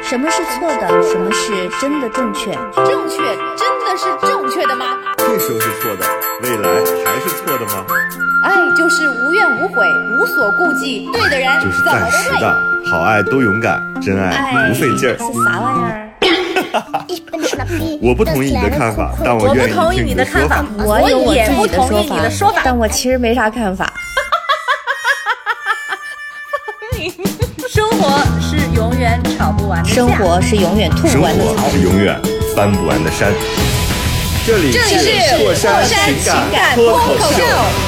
什么是错的？什么是真的正确？ 正确真的是正确的吗？ 这时候是错的，未来还是错的吗？ 爱就是无怨无悔，无所顾忌，对的人就是怎么暂时都对。 的，好爱都勇敢，真爱不费劲儿。 是啥玩意儿？ 我不同意你的看法，但我愿意听你的说法。 我有我也不自己同意你的说法， 但我其实没啥看法。 生活是永远吵不完的架， 生活是永远吐生不完的槽活。是永远翻不完的山。这里是过山情感脱口秀。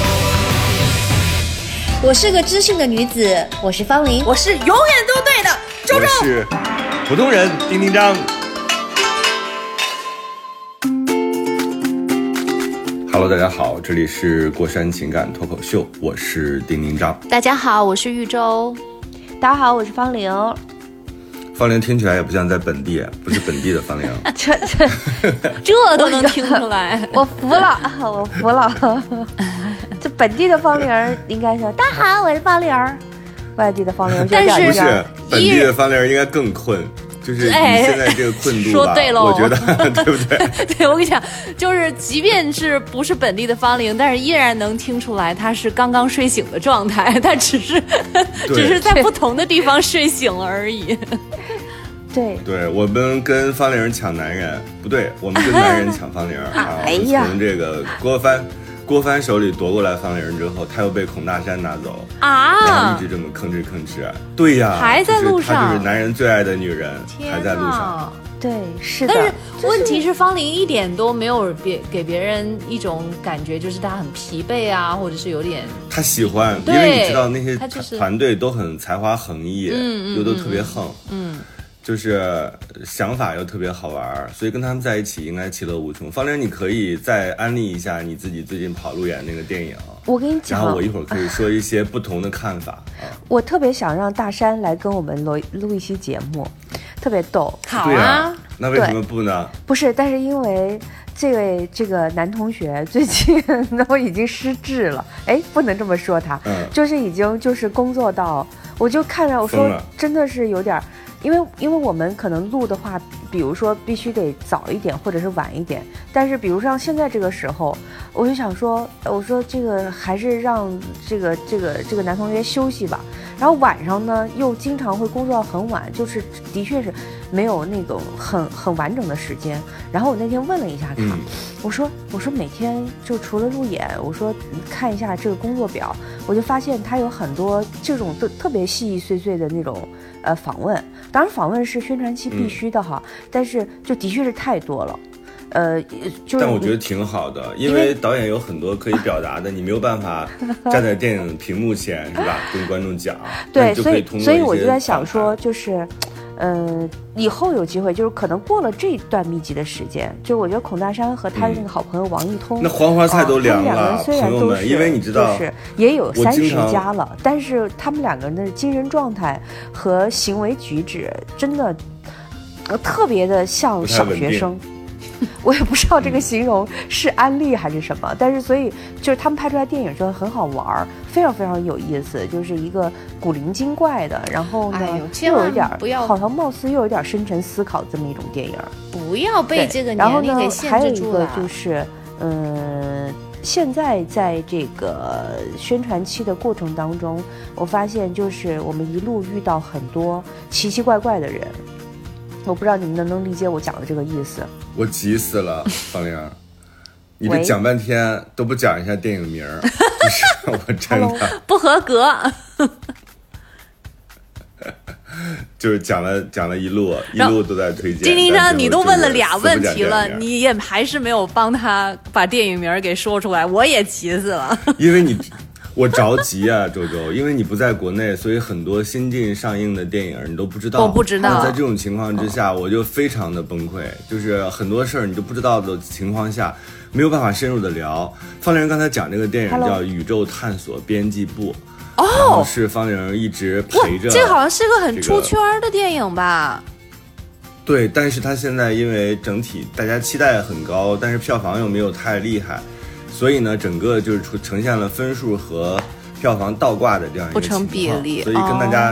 我是个知性的女子，我是方玲， 我是永远都对的周周。 我是普通人丁丁张。Hello， 大家好，这里是过山情感脱口秀，我是丁丁张。 大家好，我是玉州。 大家好，我是方玲。 方玲听起来也不像在本地，不是本地的方玲。 这都能听出来， 我服了，我服了。这本地的方玲应该说大家好，我是方玲。外地的方玲就但是不是本地的方玲应该更困。就是你现在这个困度吧， 说对了， 我觉得对不对？ 对，我跟你讲，就是即便是不是本地的方玲，但是依然能听出来他是刚刚睡醒的状态，他只是在不同的地方睡醒了而已。 对，我们跟方玲抢男人，不对，我们跟男人抢方玲啊！ 哎呀， 从这个郭帆手里夺过来方玲之后，他又被孔大山拿走啊， 然后一直这么吭哧吭哧。对呀， 还在路上， 他就是男人最爱的女人，还在路上。 对，是的。 但是问题是，方玲一点都没有给别人一种感觉，就是他很疲惫啊，或者是有点。 他喜欢，因为你知道那些团队都很才华横溢，又都特别横，就是想法又特别好玩，所以跟他们在一起应该其乐无穷。方玲，你可以再安利一下你自己最近跑路演那个电影。 我跟你讲， 然后我一会儿可以说一些不同的看法啊。 我特别想让大山来跟我们录一期节目，特别逗。 好对啊，那为什么不呢？ 不是，但是因为这个男同学最近都已经失智了，哎，不能这么说他，就是已经就是工作到，我就看着我说真的是有点。因为我们可能录的话，比如说必须得早一点或者是晚一点，但是比如像现在这个时候，我就想说，我说这个还是让这个男同学休息吧。然后晚上呢又经常会工作到很晚，就是的确是没有那种很完整的时间。然后我那天问了一下他，我说每天就除了路演，我说看一下这个工作表，我就发现他有很多这种特别细细碎碎的那种访问。当然访问是宣传期必须的哈，但是就的确是太多了。 但我觉得挺好的，因为导演有很多可以表达的，你没有办法站在电影屏幕前是吧，跟观众讲。 对，所以我就在想说，就是以后有机会，就是可能过了这段密集的时间，就我觉得孔大山和他的那个好朋友王一通， 那黄花菜都凉了。 他们两个人虽然都是， 因为你知道， 就是也有30加了，但是他们两个人的精神状态和行为举止真的特别的像小学生。我也不知道这个形容是安利还是什么，但是所以就是他们拍出来电影真的很好玩，非常非常有意思，就是一个古灵精怪的，然后呢又有一点好像貌似又有一点深沉思考这么一种电影。 不要被这个年龄给限制住了。 然后呢，还有一个就是现在在这个宣传期的过程当中，我发现就是我们一路遇到很多奇奇怪怪的人。我不知道你们能理解我讲的这个意思。 我急死了，方玲，你这讲半天都不讲一下电影名，就是我真的不合格。 就是讲了一路都在推荐。 金丁章，你都问了2问题了，你也还是没有帮他把电影名给说出来，我也急死了。 因为我着急啊，周周，因为你不在国内，所以很多新近上映的电影你都不知道。 我不知道。 在这种情况之下，我就非常的崩溃，就是很多事儿你都不知道的情况下，没有办法深入的聊。方玲刚才讲这个电影叫《宇宙探索编辑部》，然后是方玲一直陪着。 这个好像是个很出圈的电影吧？ 对，但是它现在因为整体大家期待很高，但是票房又没有太厉害。所以呢，整个就是呈现了分数和票房倒挂的这样一个情况， 不成比例， 所以跟大家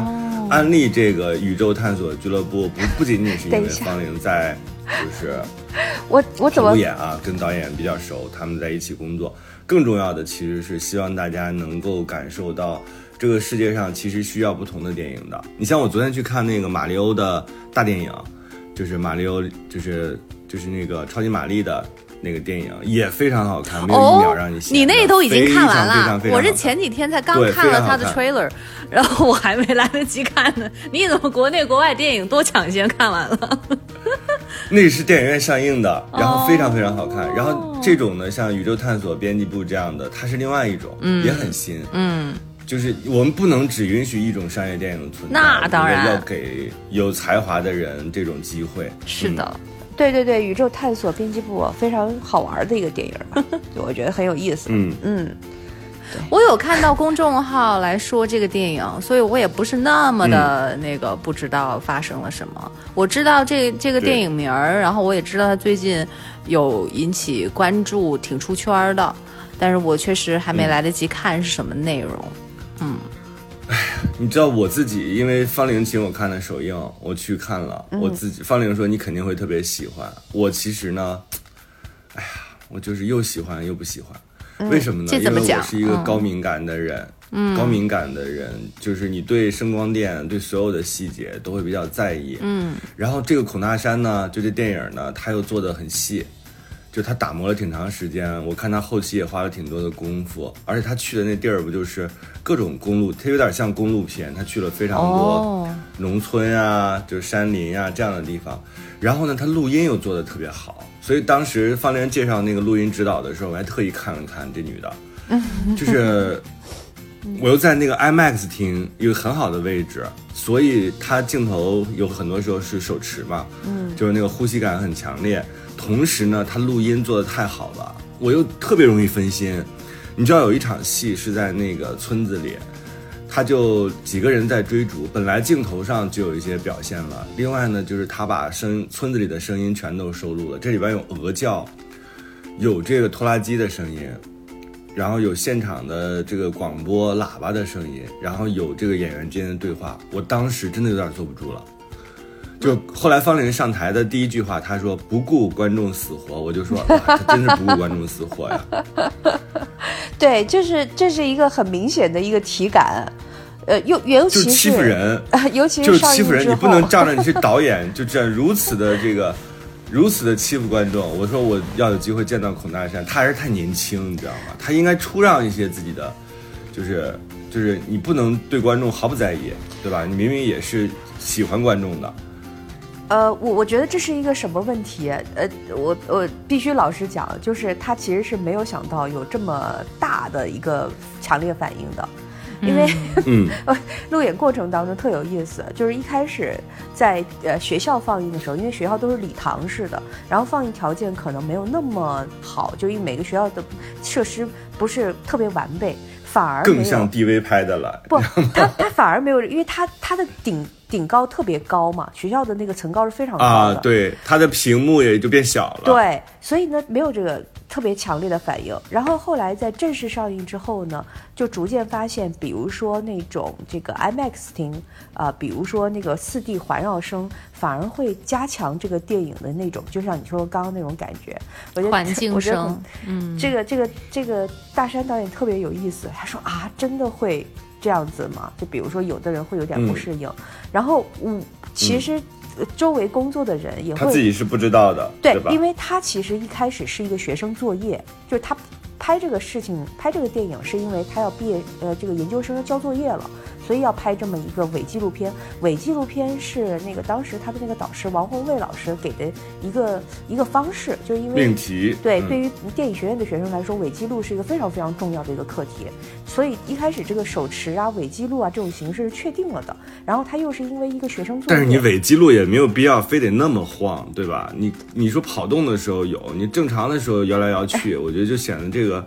安利这个宇宙探索俱乐部不仅仅是因为方玲在就是我怎么演啊，跟导演比较熟，他们在一起工作，更重要的其实是希望大家能够感受到这个世界上其实需要不同的电影的。你像我昨天去看那个马里欧的大电影，就是马里欧就是那个超级玛丽的那个电影也非常好看，没有一秒让你你那都已经看完了， 非常我是前几天才刚看了他的 trailer， 然后我还没来得及看呢。你怎么国内国外电影都抢先看完了？ 那是电影院上映的，然后非常非常好看。然后这种呢，像宇宙探索编辑部这样的，它是另外一种，也很新。就是我们不能只允许一种商业电影的存在， 那当然要给有才华的人这种机会。 是的。 对对对，宇宙探索编辑部非常好玩的一个电影吧，我觉得很有意思。 我有看到公众号来说这个电影，所以我也不是那么的那个不知道发生了什么。我知道这个电影名儿，然后我也知道它最近有引起关注，挺出圈的，但是我确实还没来得及看是什么内容。 哎呀，你知道我自己，因为方玲请我看的首映，我去看了，我自己方玲说你肯定会特别喜欢。我其实呢，哎呀，我就是又喜欢又不喜欢。为什么呢？因为我是一个高敏感的人，高敏感的人就是你对声光电、对所有的细节都会比较在意。然后这个孔大山呢，就这电影呢，他又做得很细。就他打磨了挺长时间，我看他后期也花了挺多的功夫，而且他去的那地儿不就是各种公路，他有点像公路片，他去了非常多农村啊，就是山林啊这样的地方。然后呢，他录音又做得特别好，所以当时方玲介绍那个录音指导的时候，我还特意看了看这女的，就是我又在那个 IMAX 厅一个很好的位置，所以他镜头有很多时候是手持嘛，就是那个呼吸感很强烈。同时呢，他录音做得太好了，我又特别容易分心。你知道有一场戏是在那个村子里，他就几个人在追逐，本来镜头上就有一些表现了，另外呢，就是他把村子里的声音全都收录了，这里边有鹅叫，有这个拖拉机的声音，然后有现场的这个广播喇叭的声音，然后有这个演员之间的对话，我当时真的有点坐不住了。就后来方玲上台的第一句话，他说不顾观众死活，我就说哇，他真是不顾观众死活呀。 对，这是一个很明显的一个体感，尤其是就欺负人， 尤其是欺负人， 你不能仗着你是导演就这样如此的欺负观众。我说我要有机会见到孔大山，他还是太年轻，你知道吗？他应该出让一些自己的，就是你不能对观众毫不在意，对吧？你明明也是喜欢观众的。 我觉得这是一个什么问题？我必须老实讲，就是他其实是没有想到有这么大的一个强烈反应的，因为路演过程当中特有意思，就是一开始在学校放映的时候，因为学校都是礼堂式的，然后放映条件可能没有那么好，就因为每个学校的设施不是特别完备，反而更像 DV 拍的了。 不，他反而没有，因为他的顶高特别高嘛，学校的那个层高是非常高的， 对，它的屏幕也就变小了， 对，所以呢没有这个特别强烈的反应。然后后来在正式上映之后呢，就逐渐发现，比如说那种这个 IMAX 厅比如说那个4D 环绕声，反而会加强这个电影的那种，就像你说刚刚那种感觉。我觉得环境声， 这个大山导演特别有意思，他说啊，真的会这样子吗？就比如说有的人会有点不适应，然后其实周围工作的人也会， 他自己是不知道的， 对吧？ 因为他其实一开始是一个学生作业，就是他拍这个事情，拍这个电影是因为他要毕业，这个研究生要交作业了，所以要拍这么一个伪纪录片。伪纪录片是那个当时他的那个导师王宏卫老师给的一个方式，就是因为命题， 对，对于电影学院的学生来说，伪纪录是一个非常非常重要的一个课题，所以一开始这个手持啊、伪纪录啊这种形式是确定了的。然后他又是因为一个学生作业， 但是你伪纪录也没有必要非得那么晃，对吧？你说跑动的时候有，你正常的时候摇来摇去，我觉得就显得这个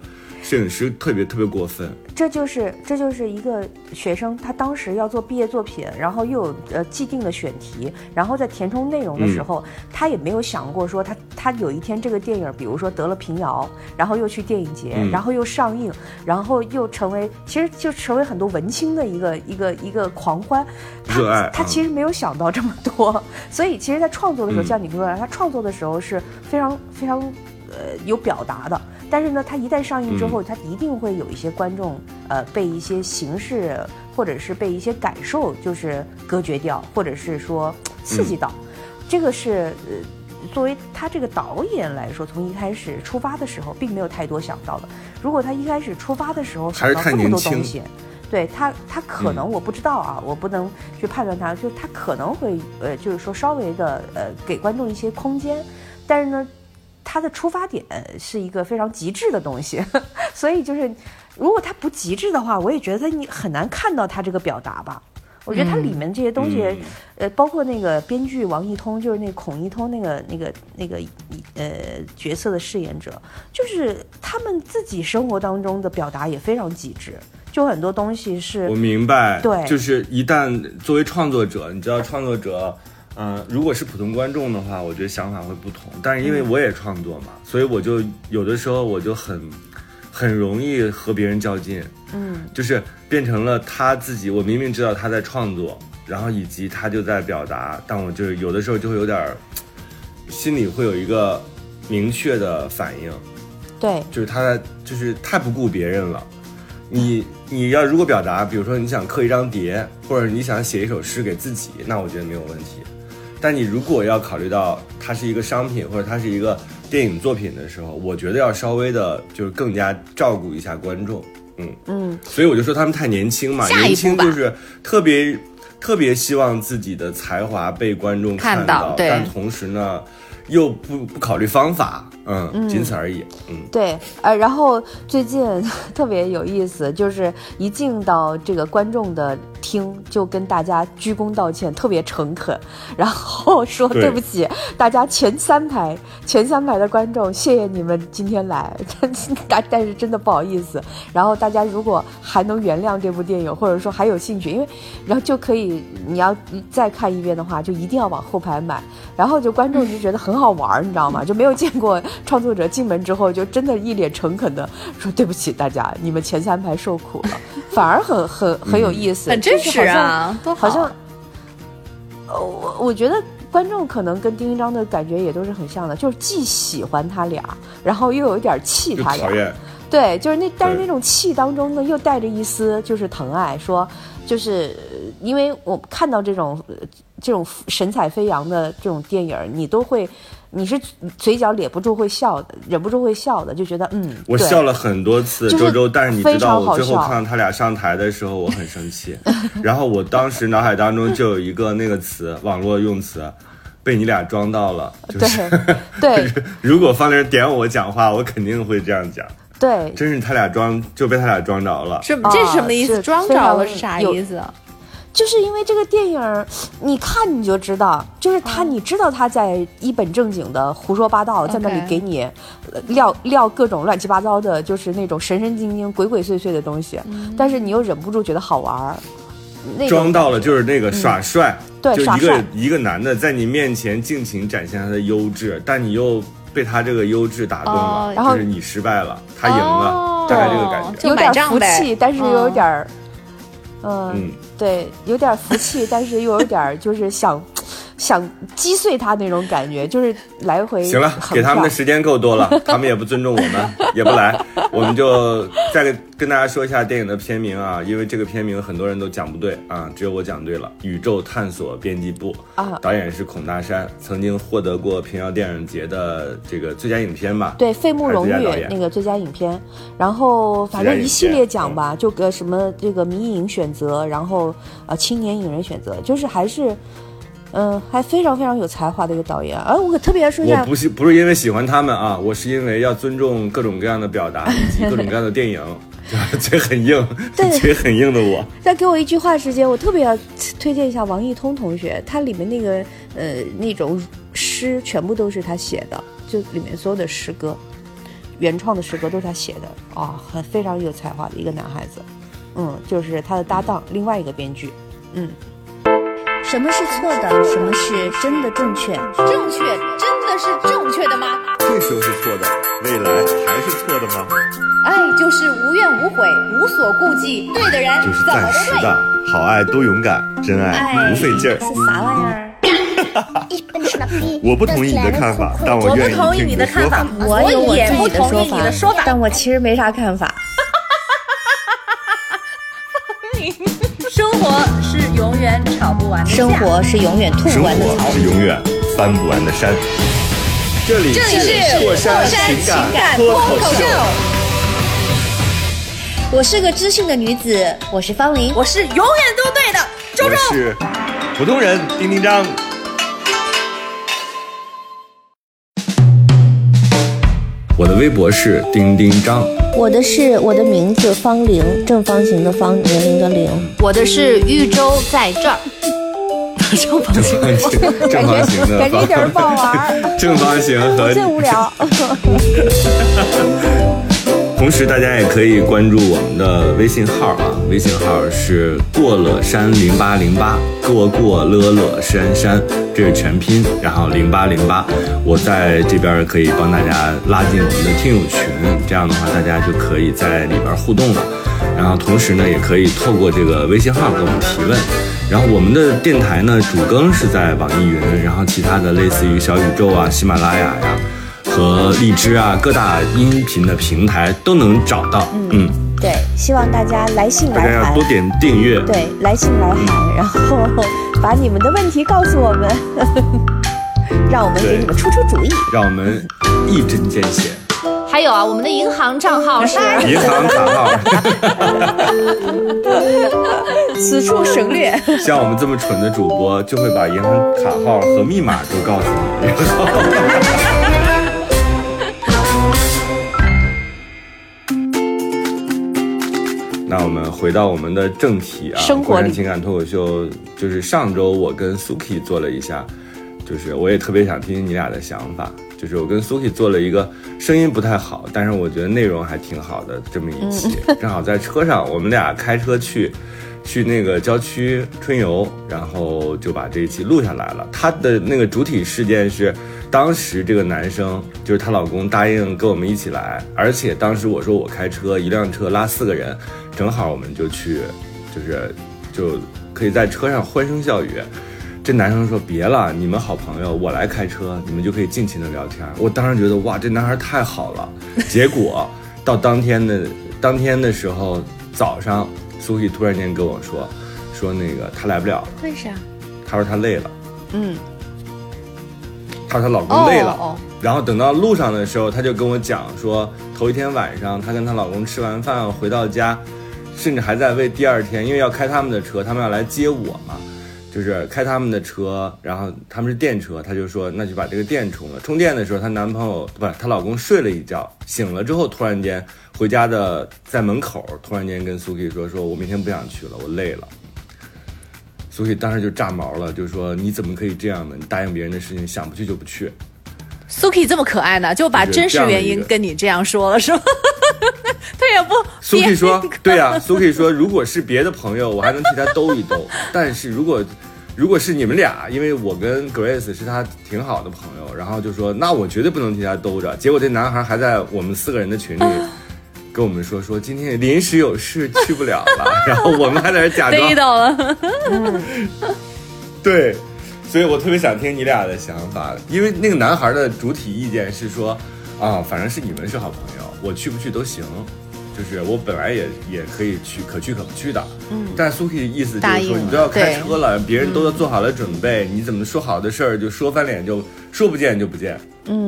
摄影师特别过分。 这就是一个学生，他当时要做毕业作品，然后又有既定的选题，然后在填充内容的时候，他也没有想过说他有一天这个电影，比如说得了平遥，然后又去电影节，然后又上映，然后又成为很多文青的一个狂欢， 热爱。 他其实没有想到这么多，所以其实在创作的时候，像你说的，他创作的时候是非常非常有表达的。但是呢，它一旦上映之后，它一定会有一些观众，被一些形式或者是被一些感受就是隔绝掉，或者是说刺激到。这个是作为他这个导演来说，从一开始出发的时候，并没有太多想到的。如果他一开始出发的时候想到这么多东西，对他可能我不知道啊，我不能去判断他，就是他可能会就是说稍微的给观众一些空间，但是呢。他的出发点是一个非常极致的东西，所以就是如果他不极致的话，我也觉得你很难看到他这个表达吧。我觉得它里面这些东西，包括那个编剧王一通，就是那个孔一通那个角色的饰演者，就是他们自己生活当中的表达也非常极致，就很多东西是我明白， 对， 就是一旦作为创作者，你知道创作者。如果是普通观众的话，我觉得想法会不同。但是因为我也创作嘛，所以我就有的时候我就很容易和别人较劲，就是变成了他自己。我明明知道他在创作，然后以及他就在表达，但我就是有的时候就会有点心里会有一个明确的反应， 对， 就是他就是太不顾别人了。你要如果表达，比如说你想刻一张碟，或者你想写一首诗给自己，那我觉得没有问题。但你如果要考虑到它是一个商品或者它是一个电影作品的时候，我觉得要稍微的就是更加照顾一下观众。所以我就说他们太年轻嘛，年轻就是特别希望自己的才华被观众看到，但同时呢又不考虑方法，仅此而已。 对，然后最近特别有意思，就是一进到这个观众的厅，就跟大家鞠躬道歉，特别诚恳，然后说对不起，大家前三排的观众，谢谢你们今天来，但是真的不好意思。然后大家如果还能原谅这部电影，或者说还有兴趣，因为然后就可以，你要再看一遍的话，就一定要往后排买。然后就观众就觉得很好玩，你知道吗？就没有见过创作者进门之后就真的一脸诚恳的说对不起大家，你们前三排受苦了，反而很有意思， 很真实啊，多好。 好像我觉得观众可能跟丁一章的感觉也都是很像的，就是既喜欢他俩，然后又有一点气他俩，对，就是但是那种气当中呢，又带着一丝就是疼爱，说就是因为我看到这种神采飞扬的这种电影，你是嘴角忍不住会笑的，就觉得我笑了很多次，周，但是你知道我最后看到他俩上台的时候，我很生气，然后我当时脑海当中就有一个那个词，网络用词，被你俩装到了，就是对， 如果放在这点我讲话，我肯定会这样讲。 对， 真是他俩就被他俩装着了。 这是什么意思？装着了是啥意思？ 就是因为这个电影你看你就知道，就是你知道他在一本正经的胡说八道，在那里给你撂各种乱七八糟的，就是那种神神经经鬼鬼祟祟的东西，但是你又忍不住觉得好玩。 装到了就是那个耍帅， 对， 就一个男的在你面前尽情展现他的优质，但你又被他这个优质打动了， 然后就是你失败了，他赢了，大概这个感觉， 有点服气，但是又有点对，有点服气，但是又有点就是想击碎他那种感觉，就是来回行了，给他们的时间够多了，他们也不尊重我们，也不来，我们就再跟大家说一下电影的片名啊，因为这个片名很多人都讲不对啊，只有我讲对了，宇宙探索编辑部啊，导演是孔大山，曾经获得过平遥电影节的这个最佳影片吧， 对，费穆荣誉那个最佳影片，然后反正一系列奖吧，就个什么这个民艺影选择，然后青年影人选择，就是还是还非常非常有才华的一个导演。我可特别说一下， 我不是因为喜欢他们啊，我是因为要尊重各种各样的表达以及各种各样的电影。嘴很硬，嘴很硬的我。 再给我一句话时间，我特别要推荐一下王一通同学，他里面那个那种诗全部都是他写的，就里面所有的诗歌。 原创的诗歌都是他写的非常有才华的一个男孩子。就是他的搭档，另外一个编剧。 什么是错的？什么是真的正确？ 正确真的是正确的吗？ 这时候是错的，未来还是错的吗？ 爱就是无怨无悔，无所顾忌，对的人就是暂时的，好爱多勇敢，真爱不费劲儿。 是啥玩意儿？ 我不同意你的看法，但我愿意听你的说法。 我有我自己的说法，但我其实没啥看法。 生活是永远吵不完的架， 生活是永远吐不完的槽， 生活是永远翻不完的山。这里是破山情感脱口秀。 我是个知性的女子，我是方琳， 我是永远都对的周周， 我是普通人丁丁张。我的微博是丁丁张， 我的是我的名字方玲，正方形的方，年龄的龄。 我的是豫州在这儿。正方形的感觉一点不好玩。 正方形和最无聊。 同时大家也可以关注我们的微信号微信号是过了山0808，过了山山，这是全拼，然后0808。我在这边可以帮大家拉进我们的听友群，这样的话大家就可以在里边互动了。然后同时呢，也可以透过这个微信号给我们提问。然后我们的电台呢，主更是在网易云，然后其他的类似于小宇宙喜马拉雅和荔枝各大音频的平台都能找到。 对，希望大家来信来函， 大家要多点订阅。 对，来信来函，然后把你们的问题告诉我们，让我们给你们出主意， 让我们一针见血。 还有我们的银行账号是银行卡号， 此处省略。 像我们这么蠢的主播，就会把银行卡号和密码都告诉你。那我们回到我们的正题生活里情感脱口秀，就是上周我跟 Suki 做了一下，就是我也特别想听听你俩的想法。就是我跟 Suki 做了一个声音不太好，但是我觉得内容还挺好的这么一期，正好在车上，我们俩开车去那个郊区春游，然后就把这一期录下来了。他的那个主体事件是，当时这个男生就是她老公答应跟我们一起来，而且当时我说我开车，一辆车拉4个人，正好我们就去，就可以在车上欢声笑语。这男生说别了，你们好朋友，我来开车，你们就可以尽情的聊天。我当时觉得哇，这男孩太好了。结果到当天的时候早上，苏西突然间跟我说那个他来不了了。 为啥？ 他说他累了。他说她老公累了。然后等到路上的时候，他就跟我讲说，头一天晚上她跟她老公吃完饭回到家，甚至还在为第二天，因为要开他们的车，他们要来接我嘛。就是开他们的车，然后他们是电车，他就说那就把这个电充了。充电的时候，她老公睡了一觉，醒了之后突然间回家的，在门口突然间跟苏 K 说我明天不想去了，我累了。苏 K 当时就炸毛了，就说你怎么可以这样呢？你答应别人的事情想不去就不去。 Suki 这么可爱呢，就把真实原因跟你这样说了，是吗？他也不。 Suki 说，对呀，Suki 说，如果是别的朋友，我还能替他兜一兜，但是如果是你们俩，因为我跟 Grace 是他挺好的朋友，然后就说，那我绝对不能替他兜着。结果这男孩还在我们4个人的群里跟我们说今天临时有事去不了了，然后我们还在这假装。 逮到了。 对。所以我特别想听你俩的想法，因为那个男孩的主体意见是说，反正是你们是好朋友，我去不去都行，就是我本来也可以去，可去可不去的。但是 Suki 的意思就是说，你都要开车了，别人都要做好了准备，你怎么说好的事儿就说翻脸，就说不见就不见。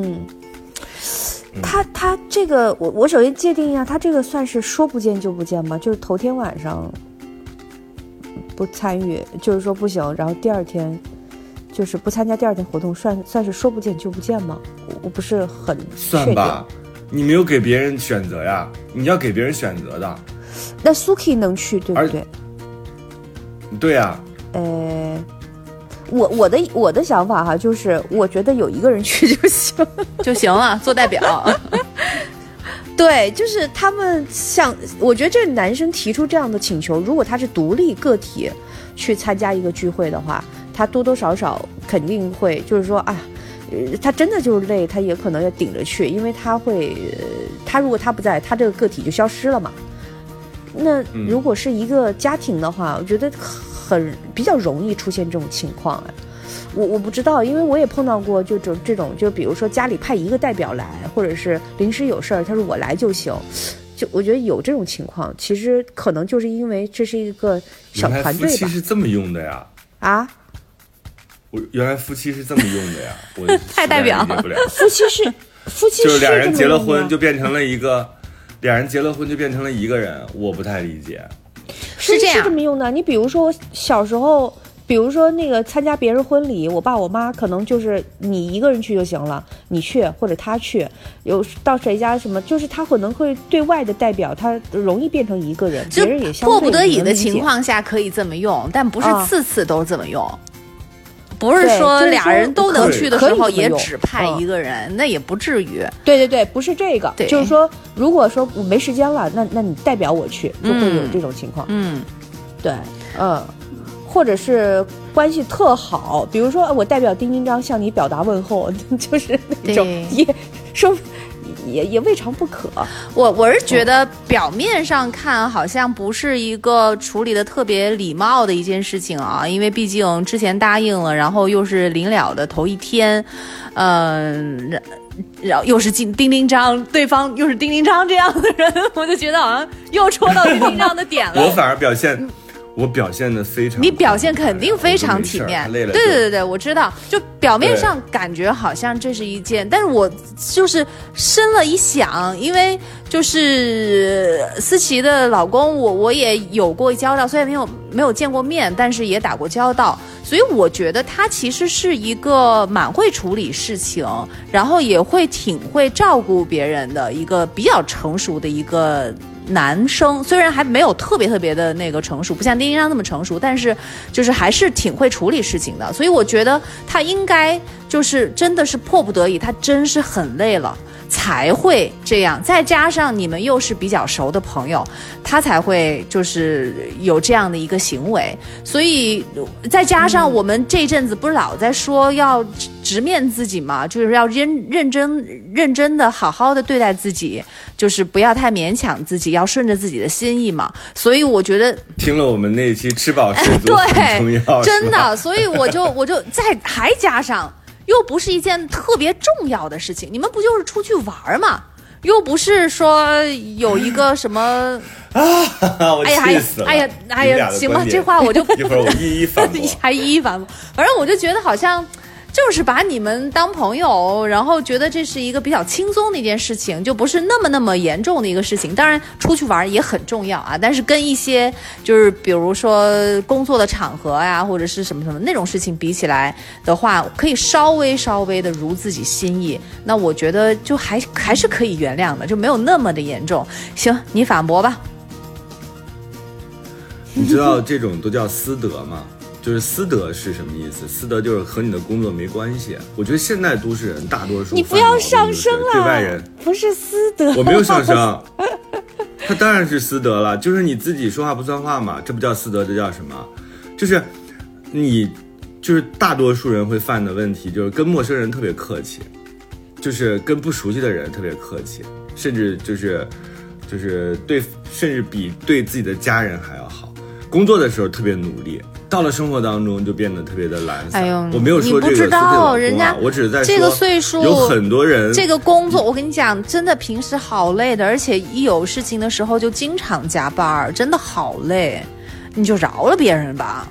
他这个我首先界定一下，他这个算是说不见就不见吗？就是头天晚上不参与，就是说不行，然后第二天。就是不参加第二天活动，算是说不见就不见吗？我不是很算吧，你没有给别人选择呀，你要给别人选择的。 那 Suki 能去，对不对？ 对呀。 我的想法就是我觉得有一个人去就行就行了，做代表。 对，就是他们我觉得这个男生提出这样的请求，如果他是独立个体去参加一个聚会的话，他多多少少肯定会就是说他真的就是累，他也可能要顶着去，因为他如果他不在，他这个个体就消失了嘛。那如果是一个家庭的话，我觉得比较容易出现这种情况。我不知道，因为我也碰到过这种，就比如说家里派一个代表来，或者是临时有事儿，他说我来就行。就我觉得有这种情况，其实可能就是因为这是一个小团队吧。 夫妻是这么用的呀？原来夫妻是这么用的呀？我太代表了。 夫妻就是两人结了婚就变成了一个人，我不太理解。 是这样， 是这么用的。你比如说我小时候。比如说那个参加别人婚礼，我爸我妈可能就是你一个人去就行了，你去或者他去，有到谁家什么，就是他可能会对外的代表，他容易变成一个人，别人也相对迫不得已的情况下可以这么用，但不是次次都这么用。不是说俩人都能去的时候也只派一个人，那也不至于。 对，不是这个，就是说，如果说我没时间了，那你代表我去，就会有这种情况。对，或者是关系特好，比如说我代表丁丁章向你表达问候，就是那种也未尝不可。 我是觉得表面上看好像不是一个处理的特别礼貌的一件事情啊，因为毕竟之前答应了，然后又是临了的头一天，然后又是丁丁章，对方又是丁丁章这样的人，我就觉得好像又戳到丁丁章的点了。 我反而我表现的非常， 你表现肯定非常体面。对，我知道，就表面上感觉好像这是一件，但是我就是深了一想，因为就是思琪的老公，我也有过交道，虽然没有见过面，但是也打过交道，所以我觉得他其实是一个蛮会处理事情，然后也挺会照顾别人的一个比较成熟的一个男生，虽然还没有特别的那个成熟，不像丁丁章那么成熟，但是就是还是挺会处理事情的，所以我觉得他应该就是真的是迫不得已，他真是很累了才会这样，再加上你们又是比较熟的朋友，他才会就是有这样的一个行为，所以再加上我们这阵子不是老在说要直面自己嘛，就是要认真的好好的对待自己，就是不要太勉强自己，要顺着自己的心意嘛。所以我觉得听了我们那一期吃饱睡足很重要， 真的，所以我就还加上又不是一件特别重要的事情，你们不就是出去玩嘛，又不是说有一个什么我气死了！ 哎呀，行吧，这话我就一会儿我一一反驳， 还一一反驳。反正我就觉得好像就是把你们当朋友，然后觉得这是一个比较轻松的一件事情，就不是那么严重的一个事情。当然出去玩也很重要啊，但是跟一些就是比如说工作的场合呀，或者是什么那种事情比起来的话，可以稍微的如自己心意，那我觉得就还是可以原谅的，就没有那么的严重。行，你反驳吧。 你知道这种都叫私德吗？就是私德是什么意思？私德就是和你的工作没关系。我觉得现代都市人大多数你不要上升了， 对外人不是私德， 我没有上升，他当然是私德了，就是你自己说话不算话嘛，这不叫私德，这叫什么？就是你就是大多数人会犯的问题，就是跟陌生人特别客气，就是跟不熟悉的人特别客气，甚至就是对，甚至比对自己的家人还要好。工作的时候特别努力，到了生活当中就变得特别的懒散。 哎呦， 我没有说这个你不知道人家， 我只是在说这个岁数有很多人这个工作，我跟你讲，真的平时好累的，而且一有事情的时候就经常加班，真的好累，你就饶了别人吧。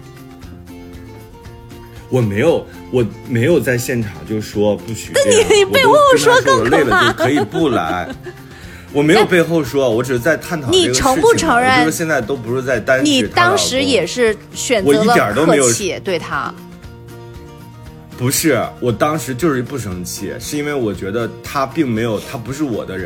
我没有在现场就说不许这样， 你背后说更可怕， 累了就可以不来。我没有背后说，我只是在探讨这个事情。 你承不承认？ 我觉得现在都不是在单指你当时也是选择了客气对他。 不是，我当时就是不生气，是因为我觉得他并没有，他不是我的人，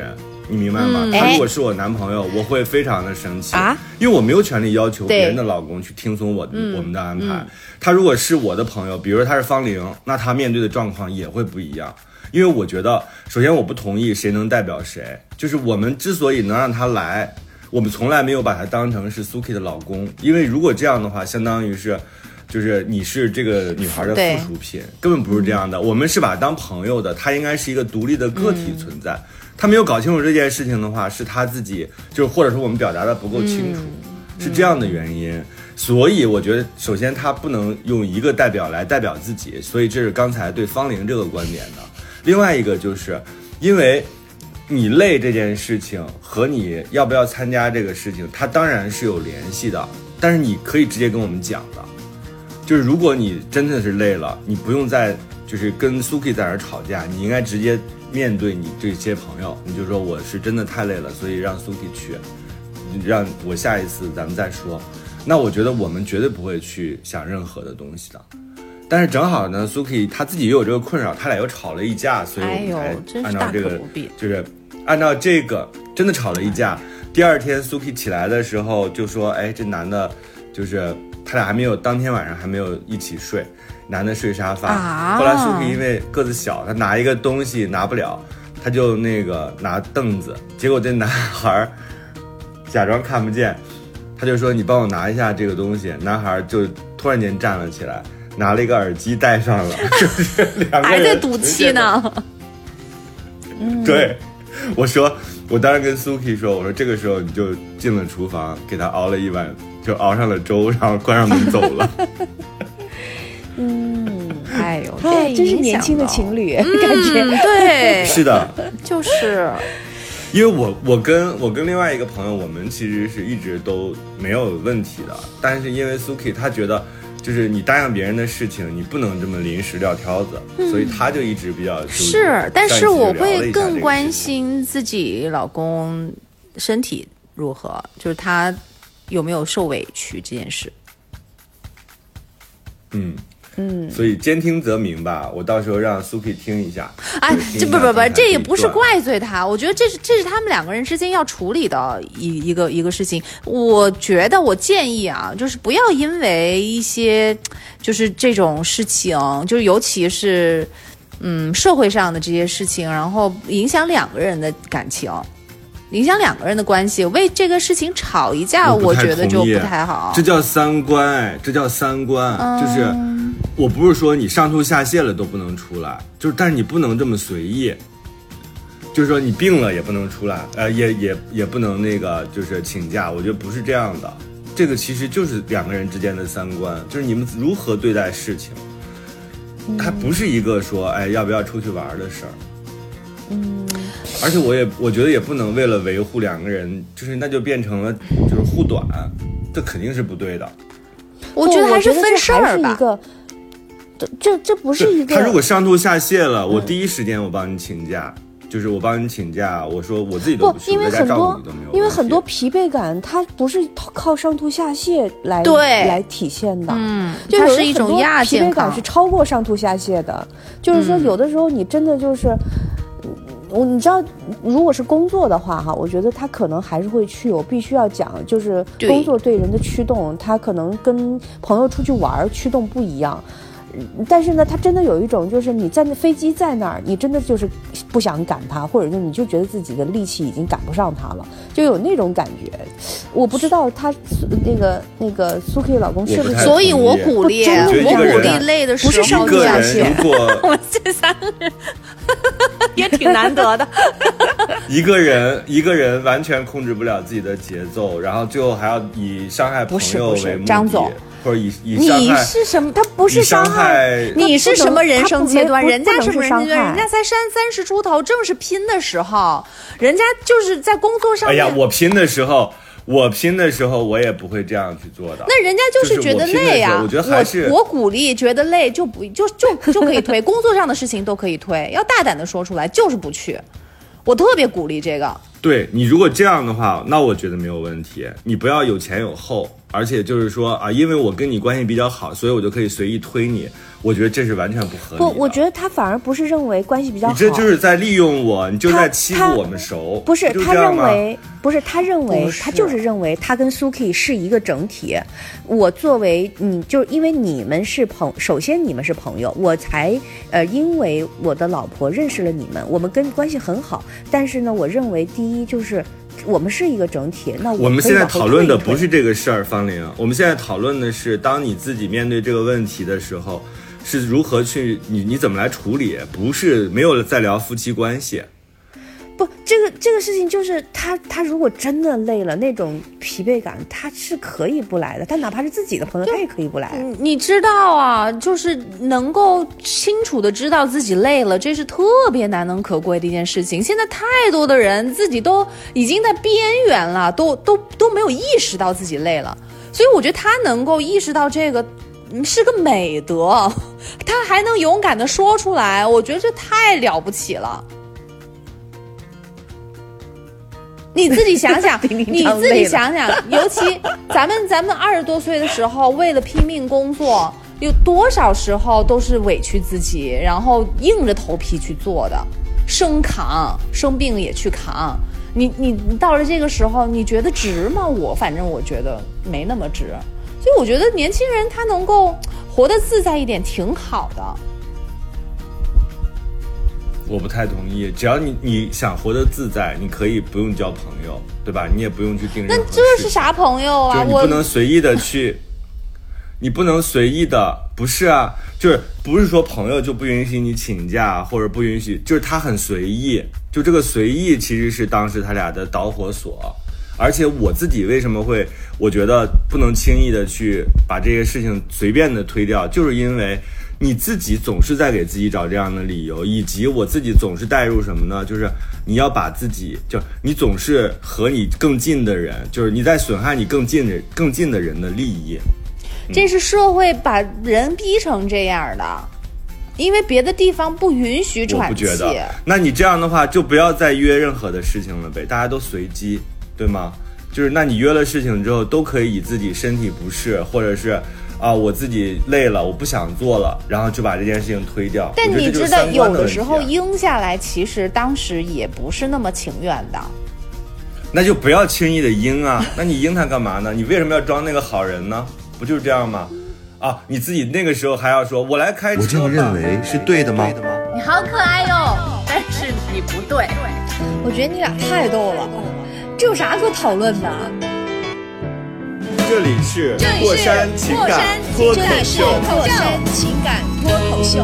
你明白吗？他如果是我男朋友，我会非常的生气因为我没有权利要求别人的老公去听从我们的安排。他如果是我的朋友，比如说他是方玲，那他面对的状况也会不一样。因为我觉得，首先我不同意谁能代表谁，就是我们之所以能让他来，我们从来没有把他当成是 Suki 的老公，因为如果这样的话，相当于是。就是你是这个女孩的附属品，根本不是这样的。我们是把她当朋友的，她应该是一个独立的个体存在。她没有搞清楚这件事情的话，是她自己，就是或者说我们表达的不够清楚，是这样的原因。所以我觉得，首先她不能用一个代表来代表自己，所以这是刚才对方玲这个观点的。另外一个就是因为你累这件事情和你要不要参加这个事情，它当然是有联系的，但是你可以直接跟我们讲的。就是如果你真的是累了，你不用再就是跟 Suki 在那儿吵架，你应该直接面对你这些朋友，你就说我是真的太累了，所以让 Suki 去，让我下一次咱们再说。那我觉得我们绝对不会去想任何的东西的。但是正好呢 Suki 他自己也有这个困扰，他俩又吵了一架，所以我们才按照这个就是按照这个真的吵了一架。第二天 Suki 起来的时候就说，哎，这男的就是他俩还没有，当天晚上还没有一起睡，男的睡沙发。后来 Suki 因为个子小，他拿一个东西拿不了，他就那个拿凳子，结果这男孩假装看不见，他就说你帮我拿一下这个东西，男孩就突然间站了起来，拿了一个耳机戴上了，就是两个人还在赌气呢。 对，我当时跟 Suki 说，我说这个时候你就进了厨房，给他熬了一碗，就熬上了粥，然后关上门走了。 哎呦， 这是年轻的情侣，感觉对， 是的， 就是因为我跟另外一个朋友，我们其实是一直都没有问题的，但是因为 Suki 他觉得就是你答应别人的事情，你不能这么临时撂挑子，所以他就一直比较是，但是我会更关心自己老公身体如何，就是他有没有受委屈这件事。 所以兼听则明吧，我到时候让 Suki 听一下。 哎，这不，这也不是怪罪他，我觉得这是他们两个人之间要处理的一个事情。我觉得我建议啊，就是不要因为一些就是这种事情，就是尤其是社会上的这些事情，然后影响两个人的感情。影响两个人的关系，为这个事情吵一架，我觉得就不太好。 这叫三观，这叫三观，就是我不是说你上吐下泻了都不能出来，就是但是你不能这么随意，就是说你病了也不能出来，也不能那个就是请假，我觉得不是这样的。这个其实就是两个人之间的三观，就是你们如何对待事情，它不是一个说哎要不要出去玩的事儿。而且我觉得也不能为了维护两个人，就是那就变成了就是护短，这肯定是不对的。 我觉得还是分事儿吧。 这不是一个。 他如果上吐下泻了，我第一时间我帮你请假，就是我帮你请假，我说我自己都不去，在家照顾你都没有。 因为很多疲惫感，它不是靠上吐下泻来体现的。 就它是一种亚健康， 疲惫感是超过上吐下泻的。就是说，有的时候你真的就是。你知道，如果是工作的话，哈，我觉得他可能还是会去。我必须要讲，就是工作对人的驱动，他可能跟朋友出去玩驱动不一样。但是呢，他真的有一种，就是你在那飞机在那儿，你真的就是不想赶他，或者就你就觉得自己的力气已经赶不上他了，就有那种感觉。我不知道他那个 Suki 老公是不是？ 所以我鼓励累的时候不是上吐下泻。 我们这三个人也挺难得的。 一个人完全控制不了自己的节奏，然后最后还要以伤害朋友为目的。 张总。 或者以伤害你是什么？他不是伤害， 你是什么人生阶段？人家什么人生阶段？人家才30出头，正是拼的时候。人家就是在工作上面。 哎呀，我拼的时候我也不会这样去做的。 那人家就是觉得累呀。 我觉得还是我鼓励，觉得累就可以推，工作上的事情都可以推，要大胆的说出来，就是不去。我特别鼓励这个。 对，你如果这样的话，那我觉得没有问题。你不要有前有后，而且就是说啊，因为我跟你关系比较好，所以我就可以随意推你。 我觉得这是完全不合理的。 不，我觉得他反而不是认为关系比较好， 你这就是在利用我，你就在欺负我们熟。 不是他认为，不是他认为，他就是认为他跟 Suki 是一个整体。我作为你，就因为你们是首先你们是朋友，我才因为我的老婆认识了你们，我们跟关系很好。但是呢，我认为第一就是我们是一个整体。那我们现在讨论的不是这个事儿，方玲，我们现在讨论的是，当你自己面对这个问题的时候。是如何去你怎么来处理，不是没有在聊夫妻关系。 不，这个事情就是他如果真的累了，那种疲惫感他是可以不来的，他哪怕是自己的朋友他也可以不来。 你知道啊，就是能够清楚的知道自己累了，这是特别难能可贵的一件事情。现在太多的人自己都已经在边缘了，都没有意识到自己累了，所以我觉得他能够意识到这个是个美德，他还能勇敢的说出来，我觉得这太了不起了。你自己想想你自己想想，尤其咱们20多岁的时候，为了拼命工作，有多少时候都是委屈自己，然后硬着头皮去做的，生病也去扛。你到了这个时候，你觉得值吗？反正我觉得没那么值。所以我觉得年轻人他能够活得自在一点挺好的。 我不太同意，只要你想活得自在，你可以不用交朋友，对吧？你也不用去定任何事。 那这是啥朋友啊？ 就是你不能随意的去，你不能随意的，不是啊，就是不是说朋友就不允许你请假或者不允许，就是他很随意，就这个随意其实是当时他俩的导火索。而且我自己为什么会，我觉得不能轻易的去把这些事情随便的推掉，就是因为你自己总是在给自己找这样的理由，以及我自己总是带入什么呢？就是你要把自己，就你总是和你更近的人，就是你在损害你更近的人的利益。 这是社会把人逼成这样的，因为别的地方不允许喘气。我不觉得。 那你这样的话，就不要再约任何的事情了呗，大家都随机。对吗？就是那你约了事情之后，都可以以自己身体不适，或者是我自己累了，我不想做了，然后就把这件事情推掉。 但你知道，有的时候应下来，其实当时也不是那么情愿的。 那就不要轻易的应啊！那你应他干嘛呢？你为什么要装那个好人呢？不就是这样吗？你自己那个时候还要说我来开车， 我这样认为是对的吗？ 你好可爱哟，但是你不对。 我觉得你俩太逗了。这有啥可讨论的？ 这里是过山情感脱口秀。 过山情感脱口秀。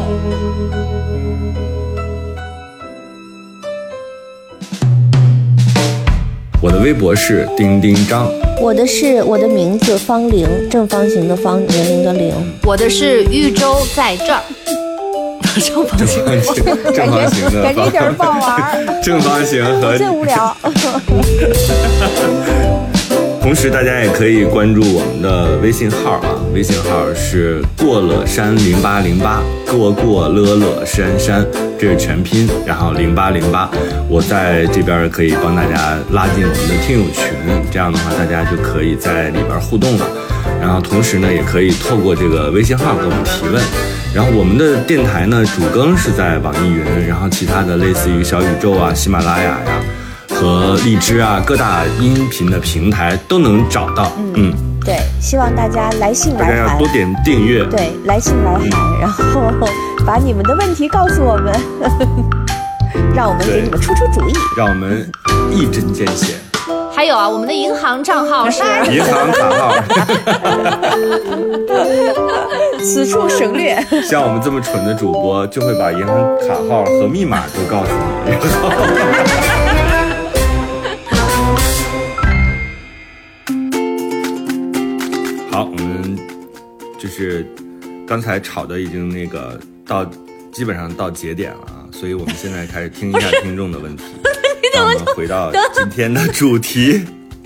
我的微博是丁丁张， 我的是我的名字方玲，正方形的方，年龄的龄。 我的是豫州在这儿。正方形的， 感觉一点不好玩。 正方形和最无聊。 同时，大家也可以关注我们的微信号啊，微信号是过了山0808，过了山山，这是全拼，然后0808。我在这边可以帮大家拉进我们的听友群，这样的话大家就可以在里边互动了。然后同时呢，也可以透过这个微信号给我们提问。然后我们的电台呢，主更是在网易云，然后其他的类似于小宇宙啊、喜马拉雅呀和荔枝啊各大音频的平台都能找到。 对，希望大家来信来函， 大家要多点订阅。 对，来信来函，然后把你们的问题告诉我们，让我们给你们出主意， 让我们一针见血。 还有我们的银行账号是银行卡号， 此处省略。 像我们这么蠢的主播，就会把银行卡号和密码都告诉你。好，我们就是刚才吵的已经基本上到节点了啊，所以我们现在开始听一下听众的问题。让我们回到今天的主题。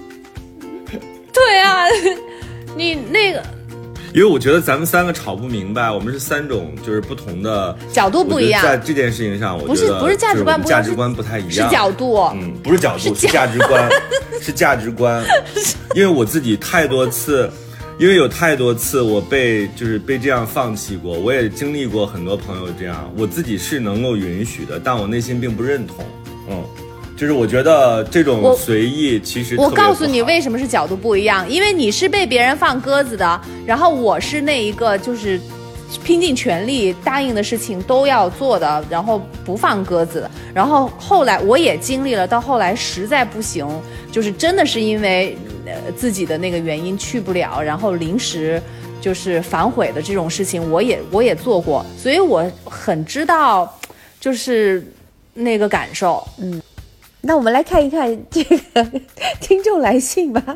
对啊，你那个， 因为我觉得咱们三个吵不明白，我们是3种就是不同的角度不一样， 在这件事情上，我觉得不是价值观， 价值观不太一样， 是角度， 不是角度，是价值观，是价值观。因为我自己太多次因为有太多次我被这样放弃过，我也经历过很多朋友这样，我自己是能够允许的，但我内心并不认同。就是我觉得这种随意其实特别不好。 我告诉你为什么是角度不一样，因为你是被别人放鸽子的，然后我是那一个就是拼尽全力答应的事情都要做的，然后不放鸽子的。然后后来我也经历了，到后来实在不行，就是真的是因为自己的那个原因去不了，然后临时就是反悔的这种事情我也做过，所以我很知道就是那个感受。 那我们来看一看这个听众来信吧。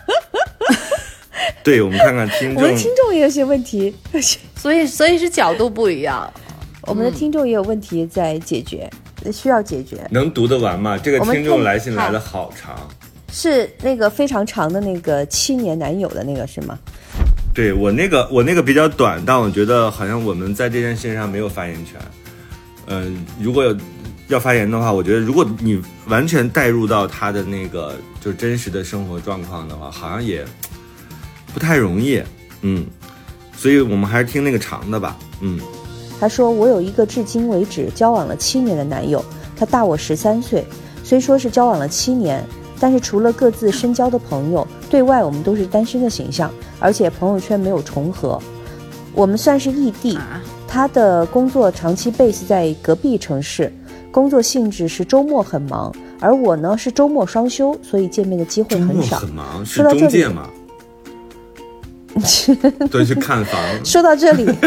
对，我们看看听众， 我们听众也有些问题， 所以是角度不一样。 我们的听众也有问题在解决，需要解决。 能读得完吗？这个听众来信来的好长， 是那个非常长的那个7年男友的那个是吗？ 对，我那个比较短，但我觉得好像我们在这件事上没有发言权。如果要发言的话，我觉得如果你完全带入到他的那个就真实的生活状况的话，好像也不太容易。所以我们还是听那个长的吧。 他说，我有一个至今为止交往了7年的男友，他大我13岁，虽说是交往了7年，但是除了各自深交的朋友，对外我们都是单身的形象，而且朋友圈没有重合。我们算是异地，他的工作长期 base 在隔壁城市，工作性质是周末很忙，而我呢是周末双休，所以见面的机会很少。 周末很忙是中介吗？对，去看房。 说到这里应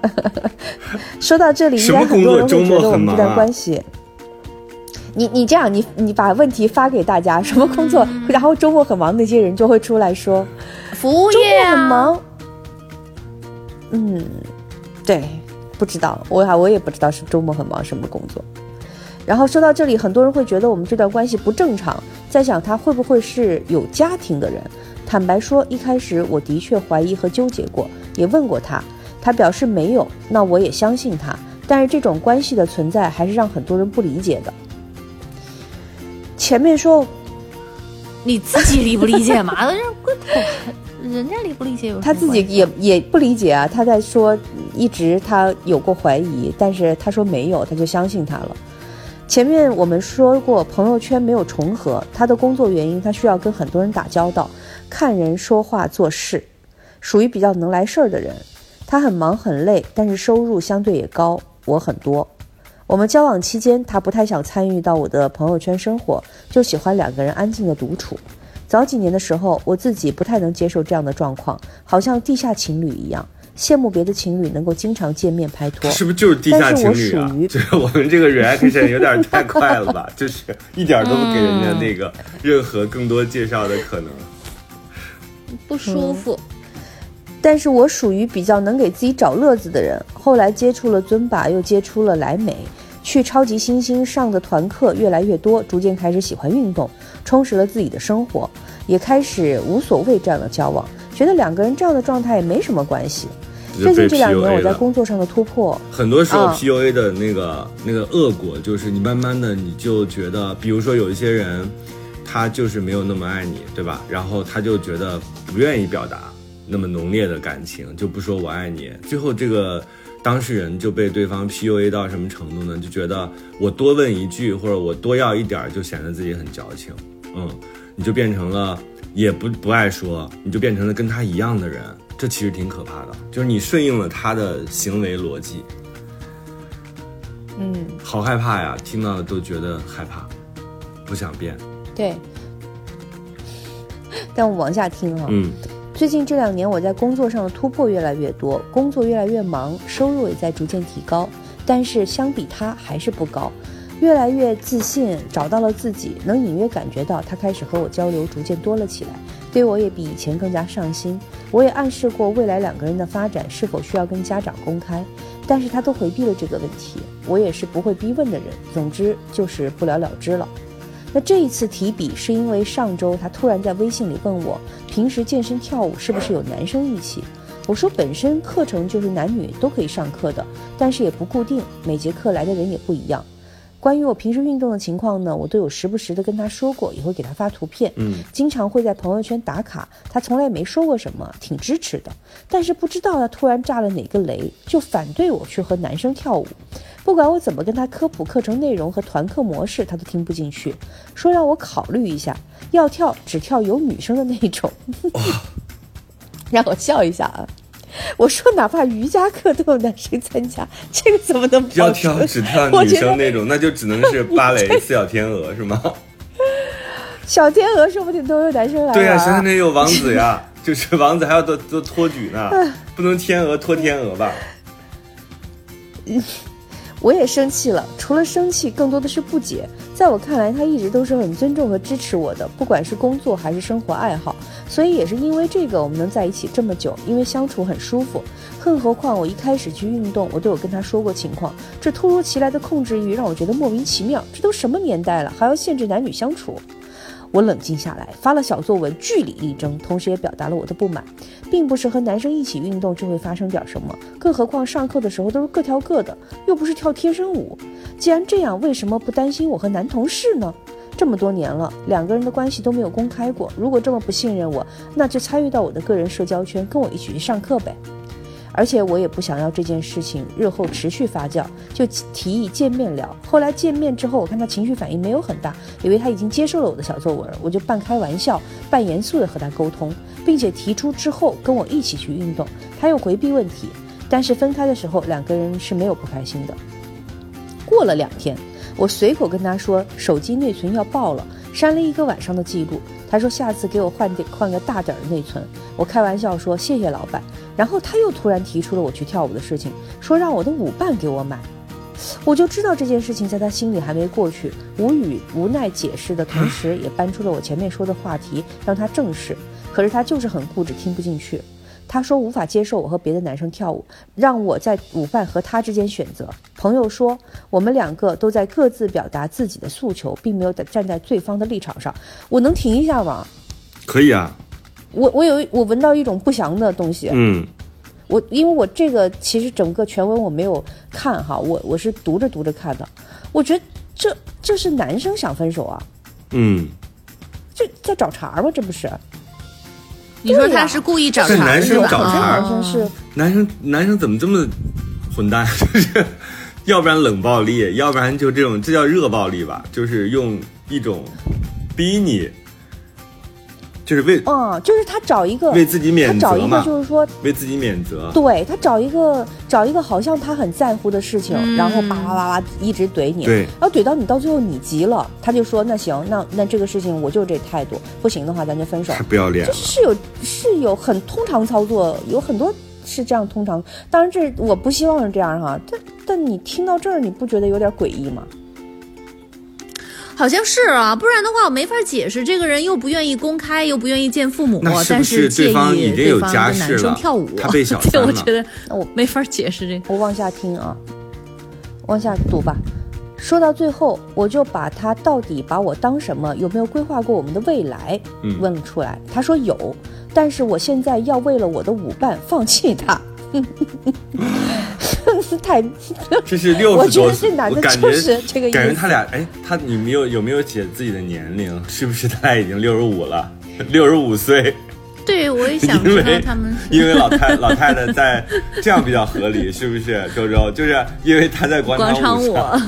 该很多人会觉得我们这段关系，你这样，你把问题发给大家，什么工作，然后周末很忙，那些人就会出来说服务业周末很忙。对，不知道，我也不知道是周末很忙什么工作。然后说到这里，很多人会觉得我们这段关系不正常，在想他会不会是有家庭的人。坦白说，一开始我的确怀疑和纠结过，也问过他，他表示没有，那我也相信他。但是这种关系的存在还是让很多人不理解的。前面说你自己理不理解嘛？人家理不理解有什么关系？ 他自己也不理解啊。他在说一直他有过怀疑，但是他说没有，他就相信他了。前面我们说过朋友圈没有重合，他的工作原因他需要跟很多人打交道，看人说话做事，属于比较能来事儿的人。他很忙很累，但是收入相对也高，我很多。我们交往期间，他不太想参与到我的朋友圈生活，就喜欢2个人安静的独处。早几年的时候，我自己不太能接受这样的状况，好像地下情侣一样，羡慕别的情侣能够经常见面拍拖。 是不是就是地下情侣啊？就是我们这个 reaction 有点太快了吧？就是一点都不给人家那个任何更多介绍的可能， 不舒服。 但是我属于比较能给自己找乐子的人，后来接触了尊巴，又接触了莱美，去超级新星上的团课越来越多，逐渐开始喜欢运动，充实了自己的生活，也开始无所谓这样的交往，觉得2个人这样的状态也没什么关系。最近这2年我在工作上的突破， 很多时候 PUA 的那个恶果就是你慢慢的你就觉得，比如说有一些人他就是没有那么爱你，对吧？然后他就觉得不愿意表达那么浓烈的感情，就不说我爱你，最后这个当事人就被对方 PUA 到什么程度呢？就觉得我多问一句或者我多要一点就显得自己很矫情，你就变成了也不爱说，你就变成了跟他一样的人，这其实挺可怕的，就是你顺应了他的行为逻辑。好害怕呀，听到了都觉得害怕，不想变。 对，但我往下听啊。最近这2年我在工作上的突破越来越多，工作越来越忙，收入也在逐渐提高，但是相比他还是不高。越来越自信，找到了自己，能隐约感觉到他开始和我交流逐渐多了起来，对我也比以前更加上心。我也暗示过未来2个人的发展是否需要跟家长公开，但是他都回避了这个问题。我也是不会逼问的人，总之就是不了了之了。那这一次提笔是因为上周他突然在微信里问我，平时健身跳舞是不是有男生一起？我说本身课程就是男女都可以上课的，但是也不固定，每节课来的人也不一样。 关于我平时运动的情况呢，我都有时不时的跟他说过，也会给他发图片，经常会在朋友圈打卡，他从来也没说过什么，挺支持的。但是不知道他突然炸了哪个雷，就反对我去和男生跳舞，不管我怎么跟他科普课程内容和团课模式，他都听不进去，说让我考虑一下，要跳只跳有女生的那种。让我笑一下啊！我说哪怕瑜伽课都有男生参加，这个怎么能要跳只跳女生那种，那就只能是芭蕾四小天鹅是吗？ 小天鹅说不定都有男生来。 对呀，小天鹅有王子呀，就是王子还要都托举呢，不能天鹅托天鹅吧？ 我也生气了，除了生气更多的是不解。在我看来，他一直都是很尊重和支持我的，不管是工作还是生活爱好，所以也是因为这个我们能在一起这么久，因为相处很舒服。更何况我一开始去运动，我都有跟他说过情况，这突如其来的控制欲让我觉得莫名其妙，这都什么年代了，还要限制男女相处？我冷静下来，发了小作文据理力争，同时也表达了我的不满，并不是和男生一起运动就会发生点什么，更何况上课的时候都是各跳各的，又不是跳贴身舞。既然这样，为什么不担心我和男同事呢？这么多年了，两个人的关系都没有公开过，如果这么不信任我，那就参与到我的个人社交圈，跟我一起去上课呗。而且我也不想要这件事情日后持续发酵，就提议见面聊。后来见面之后，我看他情绪反应没有很大，以为他已经接受了我的小作文，我就半开玩笑半严肃地和他沟通，并且提出之后跟我一起去运动。他又回避问题，但是分开的时候两个人是没有不开心的。过了2天，我随口跟他说手机内存要爆了，删了1个晚上的记录。他说下次给我换个大点的内存。我开玩笑说谢谢老板，然后他又突然提出了我去跳舞的事情，说让我的舞伴给我买。我就知道这件事情在他心里还没过去，无奈解释的同时也搬出了我前面说的话题让他正视，可是他就是很固执，听不进去。他说无法接受我和别的男生跳舞，让我在舞伴和他之间选择。朋友说我们2个都在各自表达自己的诉求，并没有站在对方的立场上。我能停一下吗？ 可以啊。 我闻到一种不祥的东西。因为我这个其实整个全文我没有看哈，我是读着看的。我觉得这是男生想分手啊。这在找茬吗？这不是？ 你说他是故意找茬？ 男生找茬， 男生怎么这么混蛋？就是要不然冷暴力，要不然就这种，这叫热暴力吧？就是用一种逼你，就是就是他找一个为自己免责嘛， 他找一个就是说为自己免责。 对，他找一个好像他很在乎的事情，然后叭叭叭一直怼你， 对， 然后怼到你到最后你急了，他就说那行，那这个事情我就这态度，不行的话咱就分手。 太不要脸了。 是有很通常操作，有很多是这样通常。当然这我不希望是这样哈，但你听到这儿你不觉得有点诡异吗？ 好像是啊，不然的话我没法解释，这个人又不愿意公开，又不愿意见父母， 但是介意对方跟男生跳舞， 他被小三了。 我觉得我没法解释这个。 我往下听啊，往下读吧。说到最后，我就把他到底把我当什么，有没有规划过我们的未来问了出来。他说有，但是我现在要为了我的舞伴放弃他。太， 这是60多岁， 我觉得这男的就是这个意思。 感觉他俩，你有没有写自己的年龄？是不是他俩已经65了，65岁？ 对，我也想知道他们。 因为老太太在，这样比较合理，是不是？周周，就是因为他在广场舞上。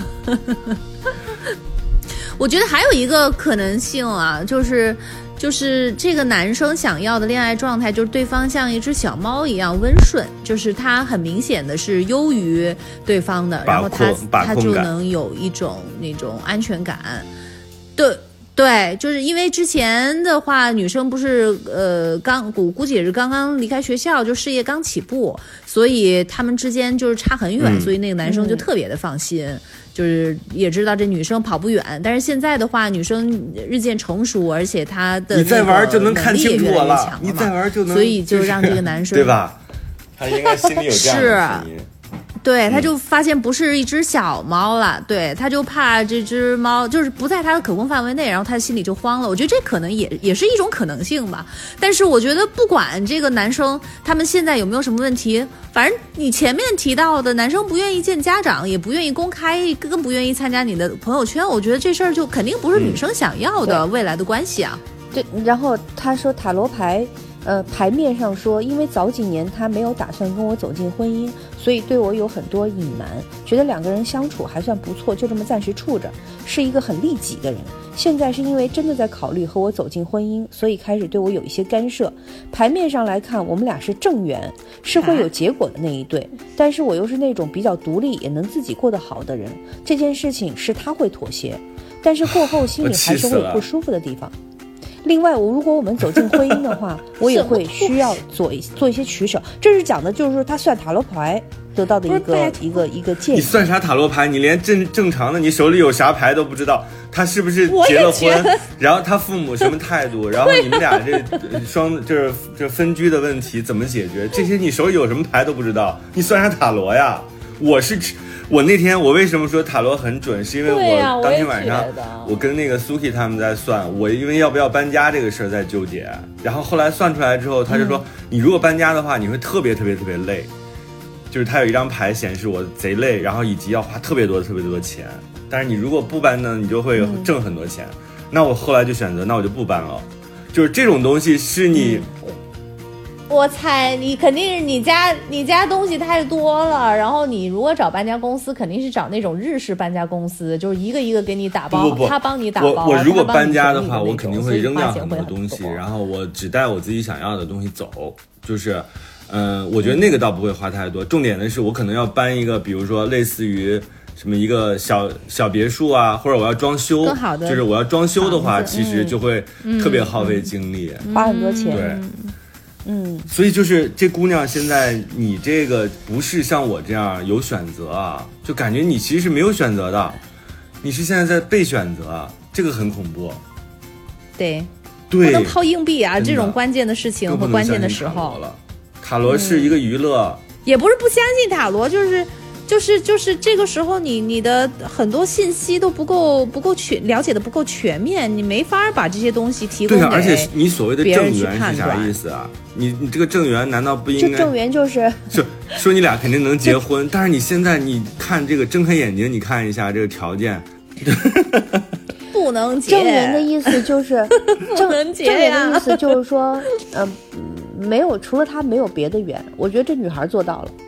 我觉得还有一个可能性啊，就是这个男生想要的恋爱状态，就是对方像一只小猫一样温顺，就是他很明显的是优于对方的，然后他就能有一种那种安全感。对，就是因为之前的话，女生不是我估计也是刚刚离开学校，就事业刚起步，所以他们之间就是差很远，所以那个男生就特别的放心。就是也知道这女生跑不远，但是现在的话，女生日渐成熟，而且她的你再玩就能看清楚我了，你再玩就能， 所以就让这个男生对吧？他应该心里有这样的声音。 对，他就发现不是一只小猫了，对，他就怕这只猫就是不在他的可控范围内，然后他心里就慌了。我觉得这可能也是一种可能性吧。但是我觉得不管这个男生他们现在有没有什么问题，反正你前面提到的男生不愿意见家长，也不愿意公开，更不愿意参加你的朋友圈，我觉得这事儿就肯定不是女生想要的未来的关系啊。 对，然后他说塔罗牌。牌面上说，因为早几年他没有打算跟我走进婚姻，所以对我有很多隐瞒，觉得两个人相处还算不错，就这么暂时处着，是一个很利己的人。现在是因为真的在考虑和我走进婚姻，所以开始对我有一些干涉。牌面上来看，我们俩是正缘，是会有结果的那一对，但是我又是那种比较独立也能自己过得好的人，这件事情是他会妥协，但是过后心里还是会有不舒服的地方。另外，如果我们走进婚姻的话，我也会需要做一些取舍。这是讲的，就是说他算塔罗牌得到的一个建议。 你算啥塔罗牌？你连正常的你手里有啥牌都不知道，他是不是结了婚？然后他父母什么态度？然后你们俩这分居的问题怎么解决？这些你手里有什么牌都不知道，你算啥塔罗呀？我那天我为什么说塔罗很准，是因为我当天晚上我跟那个 Suki 他们在算，我因为要不要搬家这个事儿在纠结，然后后来算出来之后，他就说你如果搬家的话，你会特别累，就是他有一张牌显示我贼累，然后以及要花特别多钱，但是你如果不搬呢，你就会挣很多钱。那我后来就选择，那我就不搬了。就是这种东西是你。 我猜你肯定是你家东西太多了，然后你如果找搬家公司，肯定是找那种日式搬家公司，就是一个一个给你打包，他帮你打包。 我如果搬家的话，我肯定会扔掉很多东西，然后我只带我自己想要的东西走。就是，我觉得那个倒不会花太多。重点的是，我可能要搬一个，比如说类似于什么一个小别墅啊，或者我要装修， 更好的就是我要装修的话，其实就会特别耗费精力， 花很多钱。 对。所以就是这姑娘现在你这个不是像我这样有选择啊，就感觉你其实是没有选择的，你是现在在被选择，这个很恐怖。 对，不能抛硬币啊，这种关键的事情和关键的时候。 塔罗是一个娱乐， 也不是不相信塔罗，就是这个时候你的很多信息都不够了解的不够全面，你没法把这些东西提供给别人去判断。 对啊，而且你所谓的正缘是啥意思啊？你这个正缘难道不应该？ 正缘就是说你俩肯定能结婚，但是你现在你看这个睁开眼睛，你看一下这个条件， 不能结。 正缘的意思就是正缘的意思就是说，没有除了他没有别的缘。我觉得这女孩做到了，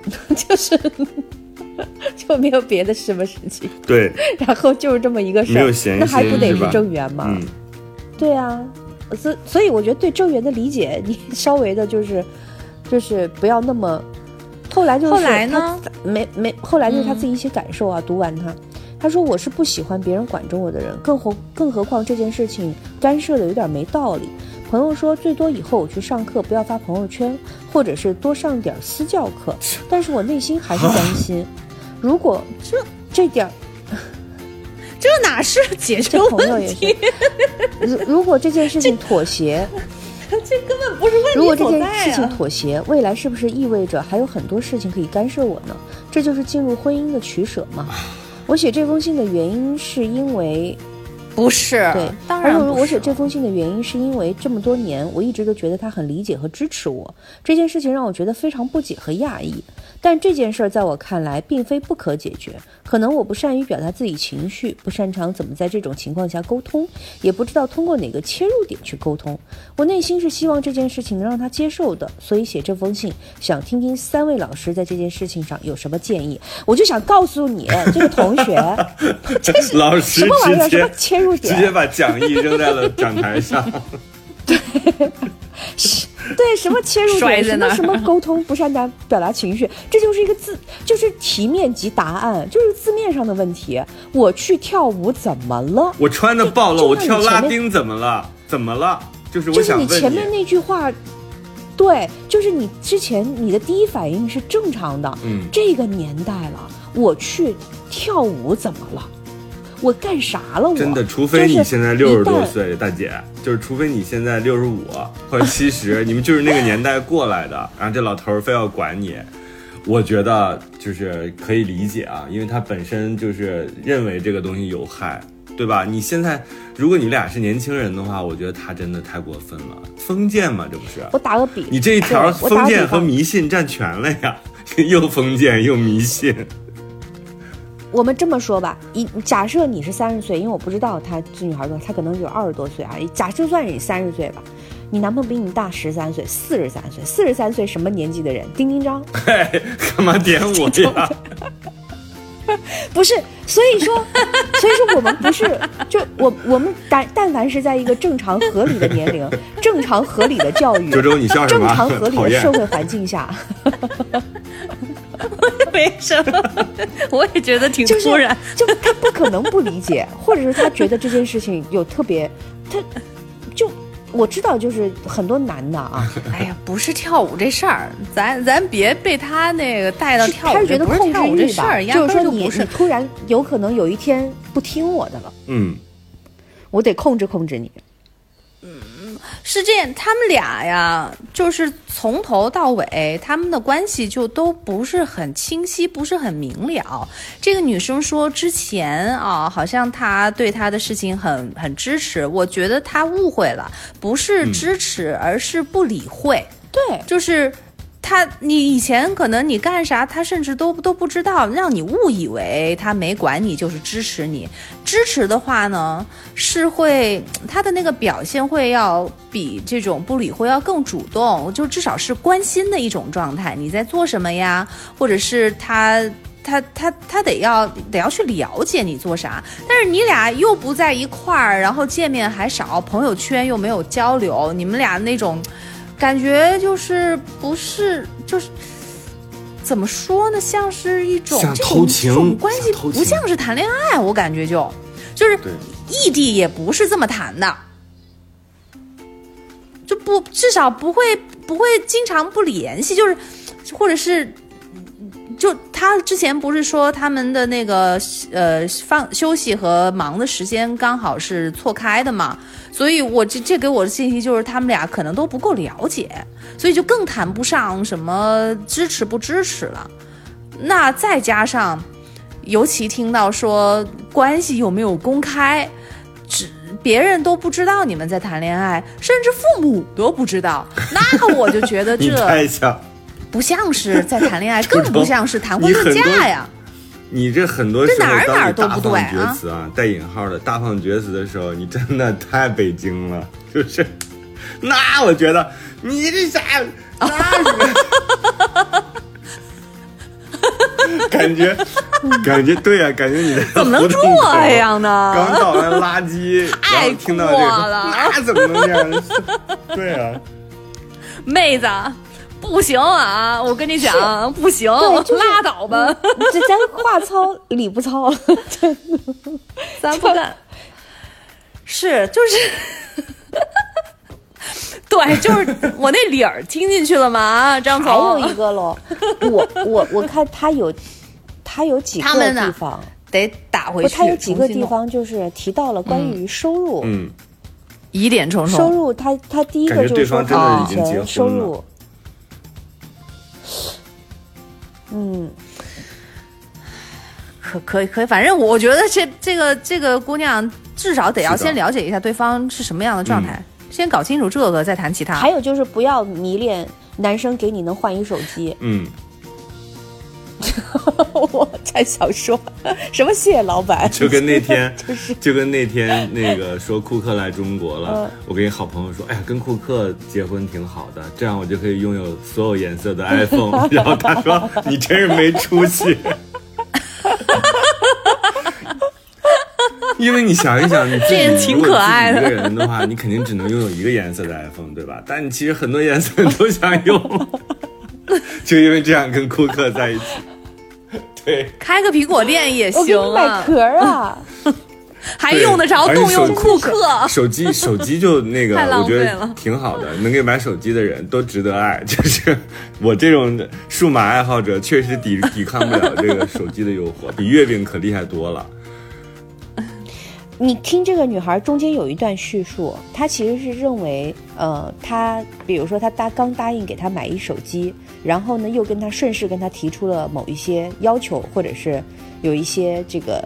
就没有别的什么事情。 对， 然后就是这么一个事儿，那还不得是正缘吗？对啊。所以我觉得对正缘的理解，你稍微的就是不要那么。后来呢？后来就是他自己一些感受啊。读完他说我是不喜欢别人管着我的人，更何况这件事情干涉的有点没道理。朋友说最多以后我去上课不要发朋友圈，或者是多上点私教课，但是我内心还是担心，如果这点。 这哪是解决问题？ 如果这件事情妥协， 这根本不是问题所在啊。 如果这件事情妥协，未来是不是意味着还有很多事情可以干涉我呢？这就是进入婚姻的取舍吗？我写这封信的原因是因为不是， 对， 当然不是。 我写这封信的原因是因为这么多年我一直都觉得他很理解和支持我，这件事情让我觉得非常不解和讶异。但这件事在我看来并非不可解决，可能我不善于表达自己情绪，不擅长怎么在这种情况下沟通，也不知道通过哪个切入点去沟通。我内心是希望这件事情能让他接受的，所以写这封信想听听3位老师在这件事情上有什么建议。我就想告诉你这个同学，这是老师什么玩意儿？什么切入点？ 直接把讲义扔在了讲台上。 对，什么切入点，什么沟通不擅长表达情绪，这就是一个就是题面及答案，就是字面上的问题。我去跳舞怎么了？ 我穿的爆了，我跳拉丁怎么了？怎么了？就是我想问你前面那句话，对，就是你之前你的第一反应是正常的。这个年代了，我去跳舞怎么了？我干啥了？ 真的，除非你现在60多岁，大姐，就是除非你现在65或者70，你们就是那个年代过来的，然后这老头非要管你。 我觉得就是可以理解啊，因为他本身就是认为这个东西有害，对吧？你现在如果你俩是年轻人的话，我觉得他真的太过分了，封建嘛，这不是？ 我打个比， 你这一条封建和迷信占全了呀，又封建又迷信。 我们这么说吧，假设你是30岁，因为我不知道她这女孩多，她可能有20多岁啊。假设算你30岁吧，你男朋友比你大13岁，43岁，43岁什么年纪的人？丁丁张， 干嘛点我呀？ 不是，所以说我们不是，就我们但凡是在一个正常合理的年龄、正常合理的教育、 周周你笑什么？ 正常合理的社会环境下。 没什么，我也觉得挺突然， 就他不可能不理解，或者是他觉得这件事情有特别，我知道，就是很多男的啊， 哎呀，不是跳舞这事儿，咱别被他那个带到跳舞， 他是觉得控制欲吧，就是说你突然有可能有一天不听我的了，我得控制你。 是这样，他们俩呀，就是从头到尾，他们的关系就都不是很清晰，不是很明了。这个女生说之前啊，好像她对她的事情很支持，我觉得她误会了，不是支持，而是不理会。 对， 就是你以前可能你干啥，他甚至都不知道，让你误以为他没管你就是支持你。支持的话呢，是会他的那个表现会要比这种不理会要更主动，就至少是关心的一种状态。你在做什么呀？或者是他得要去了解你做啥，但是你俩又不在一块儿，然后见面还少，朋友圈又没有交流，你们俩那种感觉就是不是就是怎么说呢？像是一种像偷情， 这种关系不像是谈恋爱，我感觉就是异地也不是这么谈的，就至少不会经常不联系，就是或者是。就他之前不是说他们的那个休息和忙的时间刚好是错开的嘛，所以我这给我的信息就是他们俩可能都不够了解，所以就更谈不上什么支持不支持了。那再加上尤其听到说关系有没有公开，别人都不知道你们在谈恋爱，甚至父母都不知道，那我就觉得这你太像不像是在谈恋爱，更不像是谈婚论嫁呀。 你这很多时候哪儿都不对啊！ 大放厥词啊，带引号的大放厥词的时候，你真的太北京了，就是。那我觉得你这啥，感觉对呀、感觉你在怎么能这样呢？ 刚倒完垃圾，然后听到这个，那怎么能这样？对啊， 妹子。不行啊！我跟你讲，不行，拉倒吧。 这咱话糙理不糙， 咱不干。是，就是，对，就是我那理儿听进去了吗？张总， 还有一个喽，我看他有几个地方得打回去。 他有几个地方就是提到了关于收入， 疑点重重。 收入，他第一个就是说他以前收入。 可以，反正我觉得这个姑娘至少得要先了解一下对方是什么样的状态，先搞清楚这个，再谈其他。 还有就是不要迷恋男生给你能换一手机。我才想说什么谢谢老板， 就跟那天那个说库克来中国了，我跟好朋友说，哎呀，跟库克结婚挺好的，这样我就可以拥有所有颜色的 iPhone。然后他说你真是没出息。因为你想一想，你自己挺可爱的。 一个人的话，你肯定只能拥有一个颜色的 iPhone， 对吧？但你其实很多颜色都想用，就因为这样跟库克在一起。对， 开个苹果店也行啊， 买壳啊， 还用得着动用库克。 手机就那个，我觉得挺好的，能给买手机的人都值得爱。就是我这种数码爱好者，确实抵抗不了这个手机的诱惑，比月饼可厉害多了。 你听这个女孩中间有一段叙述，她其实是认为，她比如说她刚答应给她买一手机， 然后呢又顺势跟他提出了某一些要求，或者是有一些这个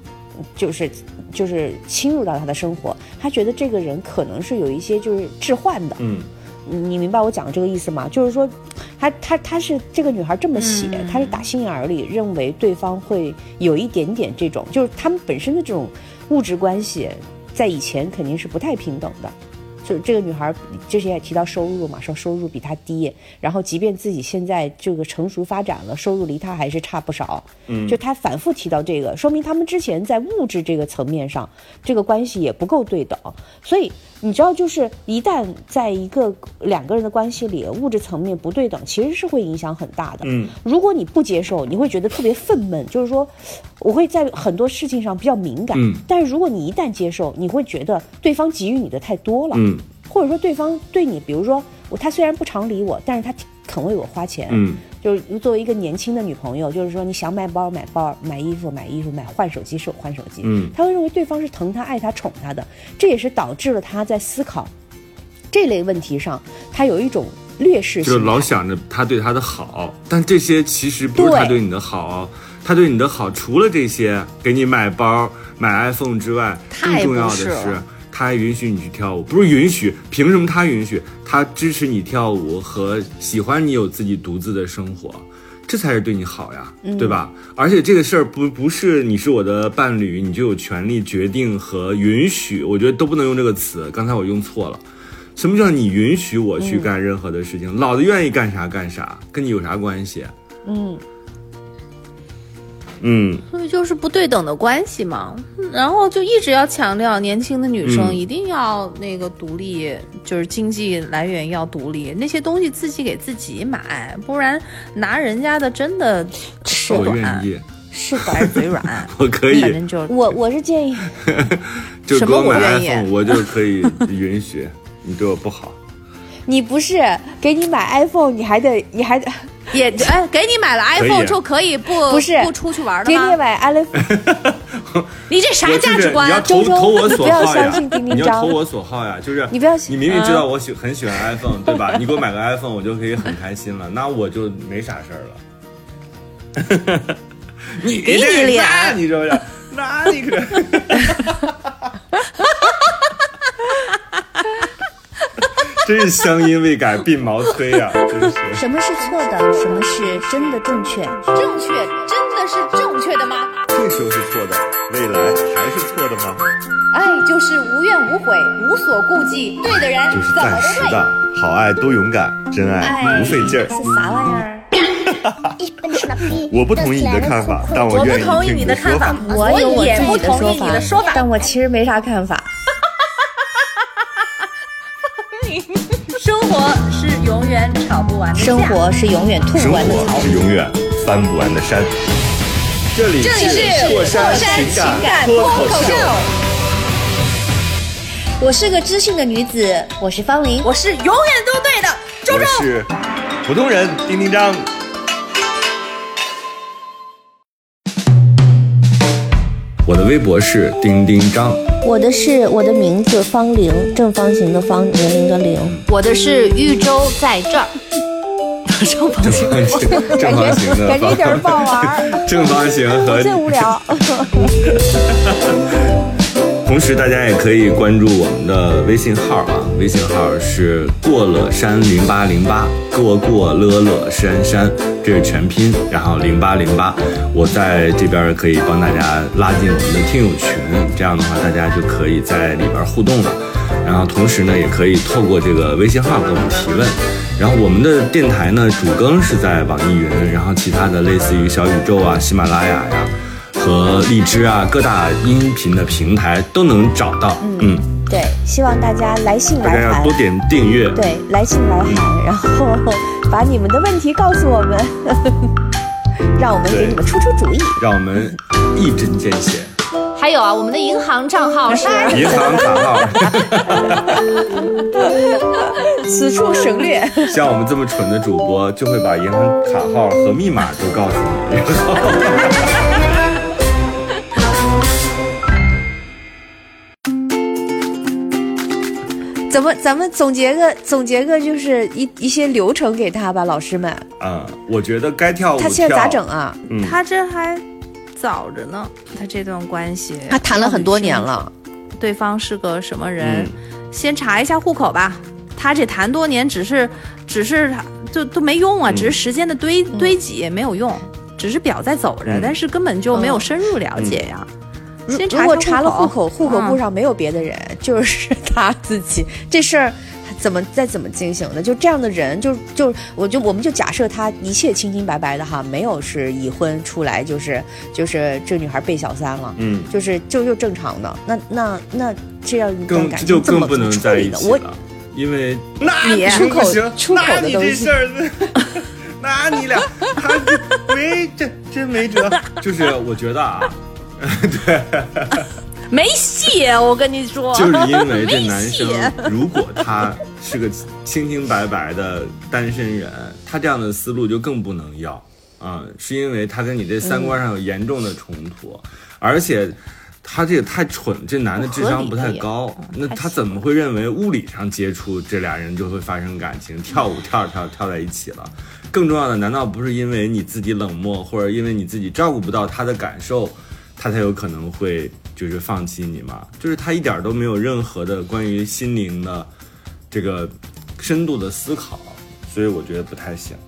就是侵入到他的生活，他觉得这个人可能是有一些就是置换的。你明白我讲的这个意思吗？就是说他是这个女孩这么写，她是打心眼里认为对方会有一点点这种，就是他们本身的这种物质关系在以前肯定是不太平等的。就是这个女孩之前也提到收入嘛，说收入比她低，然后即便自己现在这个成熟发展了，收入离她还是差不少。就她反复提到这个，说明他们之前在物质这个层面上，这个关系也不够对等。所以你知道，就是一旦在两个人的关系里，物质层面不对等，其实是会影响很大的。如果你不接受，你会觉得特别愤懑，就是说我会在很多事情上比较敏感。但是如果你一旦接受，你会觉得对方给予你的太多了。或者说对方对你，比如说他虽然不常理我，但是他肯为我花钱。就是作为一个年轻的女朋友，就是说你想买包买包，买衣服买衣服，换手机换手机。他会认为对方是疼他爱他宠他的，这也是导致了他在思考这类问题上他有一种劣势性， 就老想着他对他的好，但这些其实不是他对你的好。他对你的好除了这些给你买包买 iPhone 之外，更重要的是他还允许你去跳舞。不是允许，凭什么他允许？他支持你跳舞和喜欢你有自己独自的生活，这才是对你好呀，对吧？而且这个事儿不是你是我的伴侣你就有权利决定和允许，我觉得都不能用这个词，刚才我用错了。什么叫你允许我去干任何的事情？老子愿意干啥干啥，跟你有啥关系？ 所以就是不对等的关系嘛。然后就一直要强调年轻的女生一定要那个独立，就是经济来源要独立，那些东西自己给自己买，不然拿人家的真的吃我愿意， 是的，还是嘴软。 我可以， 反正就我是建议就给我买 iPhone 我就可以允许你对我不好。 你不是给你买 iPhone 你还得也给你买了 iPhone 就可以不出去玩的吗？ 给你买 iPhone 你这啥价值观？ 你要投我所好呀！ 不要相信丁丁章， 你要投我所好呀！就是你不要， 你明明知道我很喜欢 iPhone 对吧？你给我买个 iPhone 我就可以很开心了，那我就没啥事儿了。你给你脸， 你知不知道？那你可真是乡音未改鬓毛衰啊！真是。 什么是错的？什么是真的正确？ 正确真的是正确的吗？ 这时候是错的，未来还是错的吗？ 爱就是无怨无悔，无所顾忌，对的人就是暂时的，好爱多勇敢，真爱不费劲儿。 是啥玩意儿？ 我不同意你的看法，但我愿意听你的说法。 我有我自己的说法，但我其实没啥看法。 生活是永远吵不完的架， 生活是永远吐不完的槽， 生活是永远翻不完的山。这里是过山情感脱口秀。 我是个知性的女子，我是方玲， 我是永远都对的周周， 我是普通人丁丁张。 我的微博是丁丁张， 我的名字方玲，正方形的方，年龄的龄。 我的是豫州在这儿。正方形的， 感觉有点不好玩。 正方形和最无聊。 同时大家也可以关注我们的微信号啊，微信号是过了山0808，过了山，这是全拼，然后0808，我在这边可以帮大家拉进我们的听友群，这样的话大家就可以在里边互动了。然后同时呢，也可以透过这个微信号给我们提问。然后我们的电台呢，主更是在网易云，然后其他的类似于小宇宙啊、喜马拉雅呀和荔枝啊，各大音频的平台都能找到。 对，希望大家来信来函， 大家要多点订阅。 对，来信来函，然后把你们的问题告诉我们，让我们给你们出主意， 让我们一针见血。 还有啊，我们的银行账号是银行卡号， 此处省略。 像我们这么蠢的主播，就会把银行卡号和密码都告诉你。 咱们总结个就是一些流程给他吧，老师们。 我觉得该跳舞。 他现在咋整啊？ 他这还早着呢，他这段关系他谈了很多年了， 对方是个什么人？先查一下户口吧。他这谈多年，只是就都没用啊，只是时间的堆积没有用，只是表在走着，但是根本就没有深入了解呀。 如果查了户口簿上没有别的人，就是他自己，这事儿怎么进行的？就这样的人，我们就假设他一切清清白白的哈，没有是已婚出来就是这女孩被小三了，就正常的。那这样一段感情更不能在一起了，因为你出口的东西。 那你俩他真没辙，就是我觉得啊，对， 没戏，我跟你说， 就是因为这男生如果他是个清清白白的单身人，他这样的思路就更不能要是因为他跟你这三观上有严重的冲突，而且他这个太蠢，这男的智商不太高，那他怎么会认为物理上接触这俩人就会发生感情，跳舞跳在一起了？更重要的，难道不是因为你自己冷漠，或者因为你自己照顾不到他的感受，他才有可能会就是放弃你吗？就是他一点都没有任何的关于心灵的这个深度的思考，所以我觉得不太行。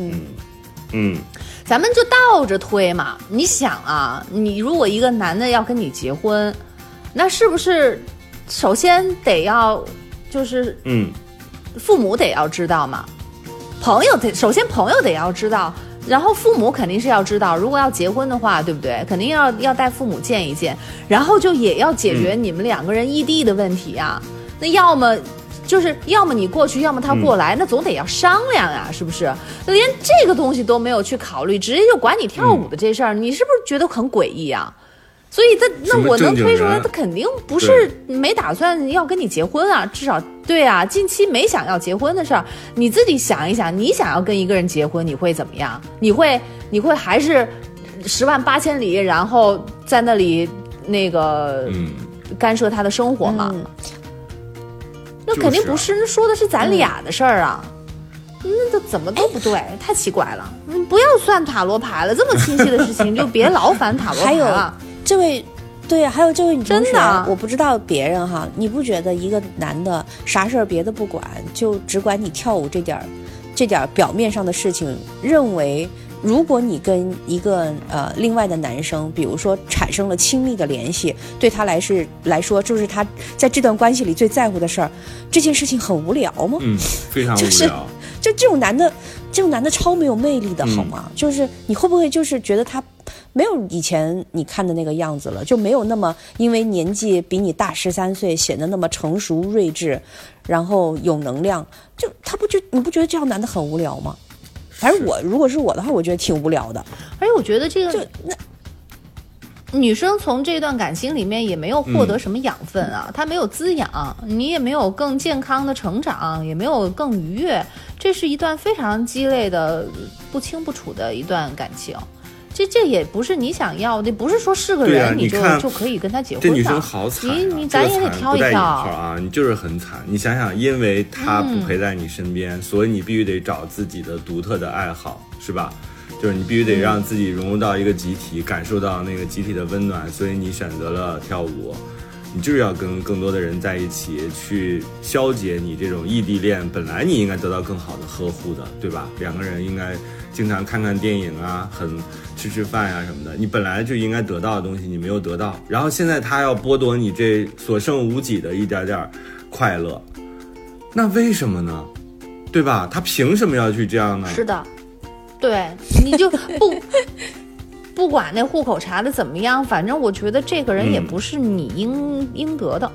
咱们就倒着推嘛。你想啊，你如果一个男的要跟你结婚，那是不是首先得要就是父母得要知道嘛？首先朋友得要知道，然后父母肯定是要知道，如果要结婚的话，对不对？肯定要带父母见一见，然后就也要解决你们两个人异地的问题啊。那要么你过去，要么他过来，那总得要商量呀，是不是？那连这个东西都没有去考虑，直接就管你跳舞的这事儿，你是不是觉得很诡异啊？所以那我能推出来，他肯定不是没打算要跟你结婚啊，至少对啊，近期没想要结婚的事儿，你自己想一想，你想要跟一个人结婚，你会怎么样？你会还是10万8千里，然后在那里那个干涉他的生活吗？那肯定不是，那说的是咱俩的事儿啊。那都怎么都不对，太奇怪了。你不要算塔罗牌了，这么清晰的事情就别劳烦塔罗牌了。 这位女同学，我不知道别人哈，你不觉得一个男的啥事儿别的不管，就只管你跳舞这点表面上的事情，认为如果你跟一个另外的男生，比如说产生了亲密的联系，对他来说，就是他在这段关系里最在乎的事儿，这件事情很无聊吗？ 非常无聊。 就这种男的超没有魅力的好吗？就是你会不会就是觉得他没有以前你看的那个样子了，就没有那么因为年纪比你大13岁显得那么成熟睿智，然后有能量，就你不觉得这样男的很无聊吗？反正如果是我的话，我觉得挺无聊的。 而且我觉得这个女生从这段感情里面也没有获得什么养分啊，她没有滋养，你也没有更健康的成长，也没有更愉悦，这是一段非常鸡肋的不清不楚的一段感情。这也不是你想要的，不是说是个人你就可以跟他结婚的。 这女生好惨你咱也得挑一挑啊！你就是很惨。你想想，因为她不陪在你身边，所以你必须得找自己的独特的爱好，是吧？就是你必须得让自己融入到一个集体，感受到那个集体的温暖，所以你选择了跳舞。你就是要跟更多的人在一起，去消解你这种异地恋，本来你应该得到更好的呵护的，对吧？两个人应该经常看看电影啊，吃饭啊什么的，你本来就应该得到的东西你没有得到，然后现在他要剥夺你这所剩无几的一点点快乐，那为什么呢？对吧？他凭什么要去这样呢？ 是的，对，你就不管那户口查的怎么样，反正我觉得这个人也不是你应得的。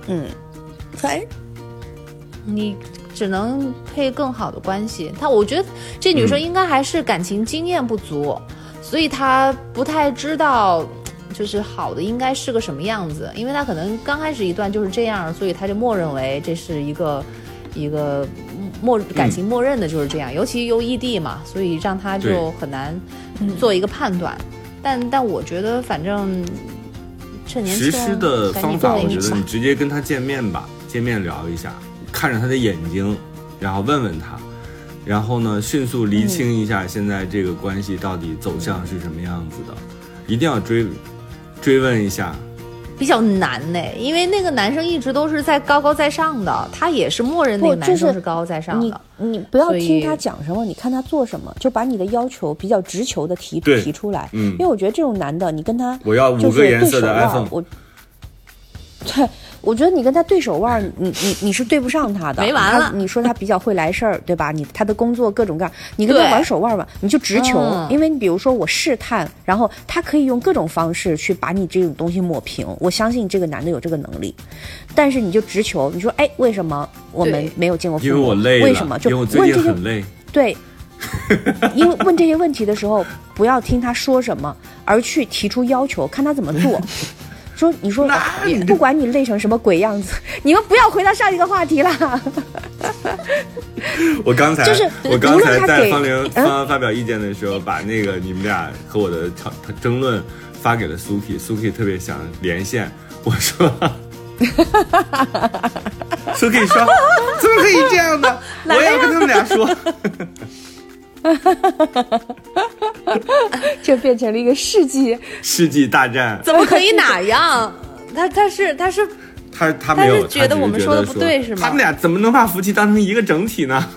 你只能配更好的关系。我觉得这女生应该还是感情经验不足，所以她不太知道就是好的应该是个什么样子，因为她可能刚开始一段就是这样，所以她就默认为这是一个感情默认的就是这样，尤其又异地嘛，所以让她就很难做一个判断。但我觉得反正趁年轻， 实施的方法，我觉得你直接跟他见面吧，见面聊一下， 看着他的眼睛，然后问问他，然后呢迅速厘清一下现在这个关系到底走向是什么样子的，一定要追问一下。 比较难呢，因为那个男生一直都是在高高在上的，他也是默认那个男生是高高在上的。 你不要听他讲什么，你看他做什么，就把你的要求比较直球的提出来。因为我觉得这种男的，你跟他我要5个颜色的 iPhone， 对。我觉得你跟他对手腕，你是对不上他的。 没完了。 你说他比较会来事儿，对吧？他的工作各种各样，你跟他玩手腕吧，你就直球。因为你比如说我试探，然后他可以用各种方式去把你这种东西抹平。我相信这个男的有这个能力，但是你就直球，你说哎，为什么我们没有见过父母？ 因为我累了。 为什么？就因为我最近很累。 对。因为问这些问题的时候，不要听他说什么，而去提出要求，看他怎么做。你说不管你累成什么鬼样子，你们不要回到上一个话题啦。 我刚才在方玲发表意见的时候，把那个你们俩和我的争论发给了 Suki 特别想连线，我说Suki 说怎么可以这样呢？我也要跟他们俩说。 就变成了一个世纪大战， 怎么可以哪样？他没有觉得我们说的不对是吗？ 他们俩怎么能把夫妻当成一个整体呢？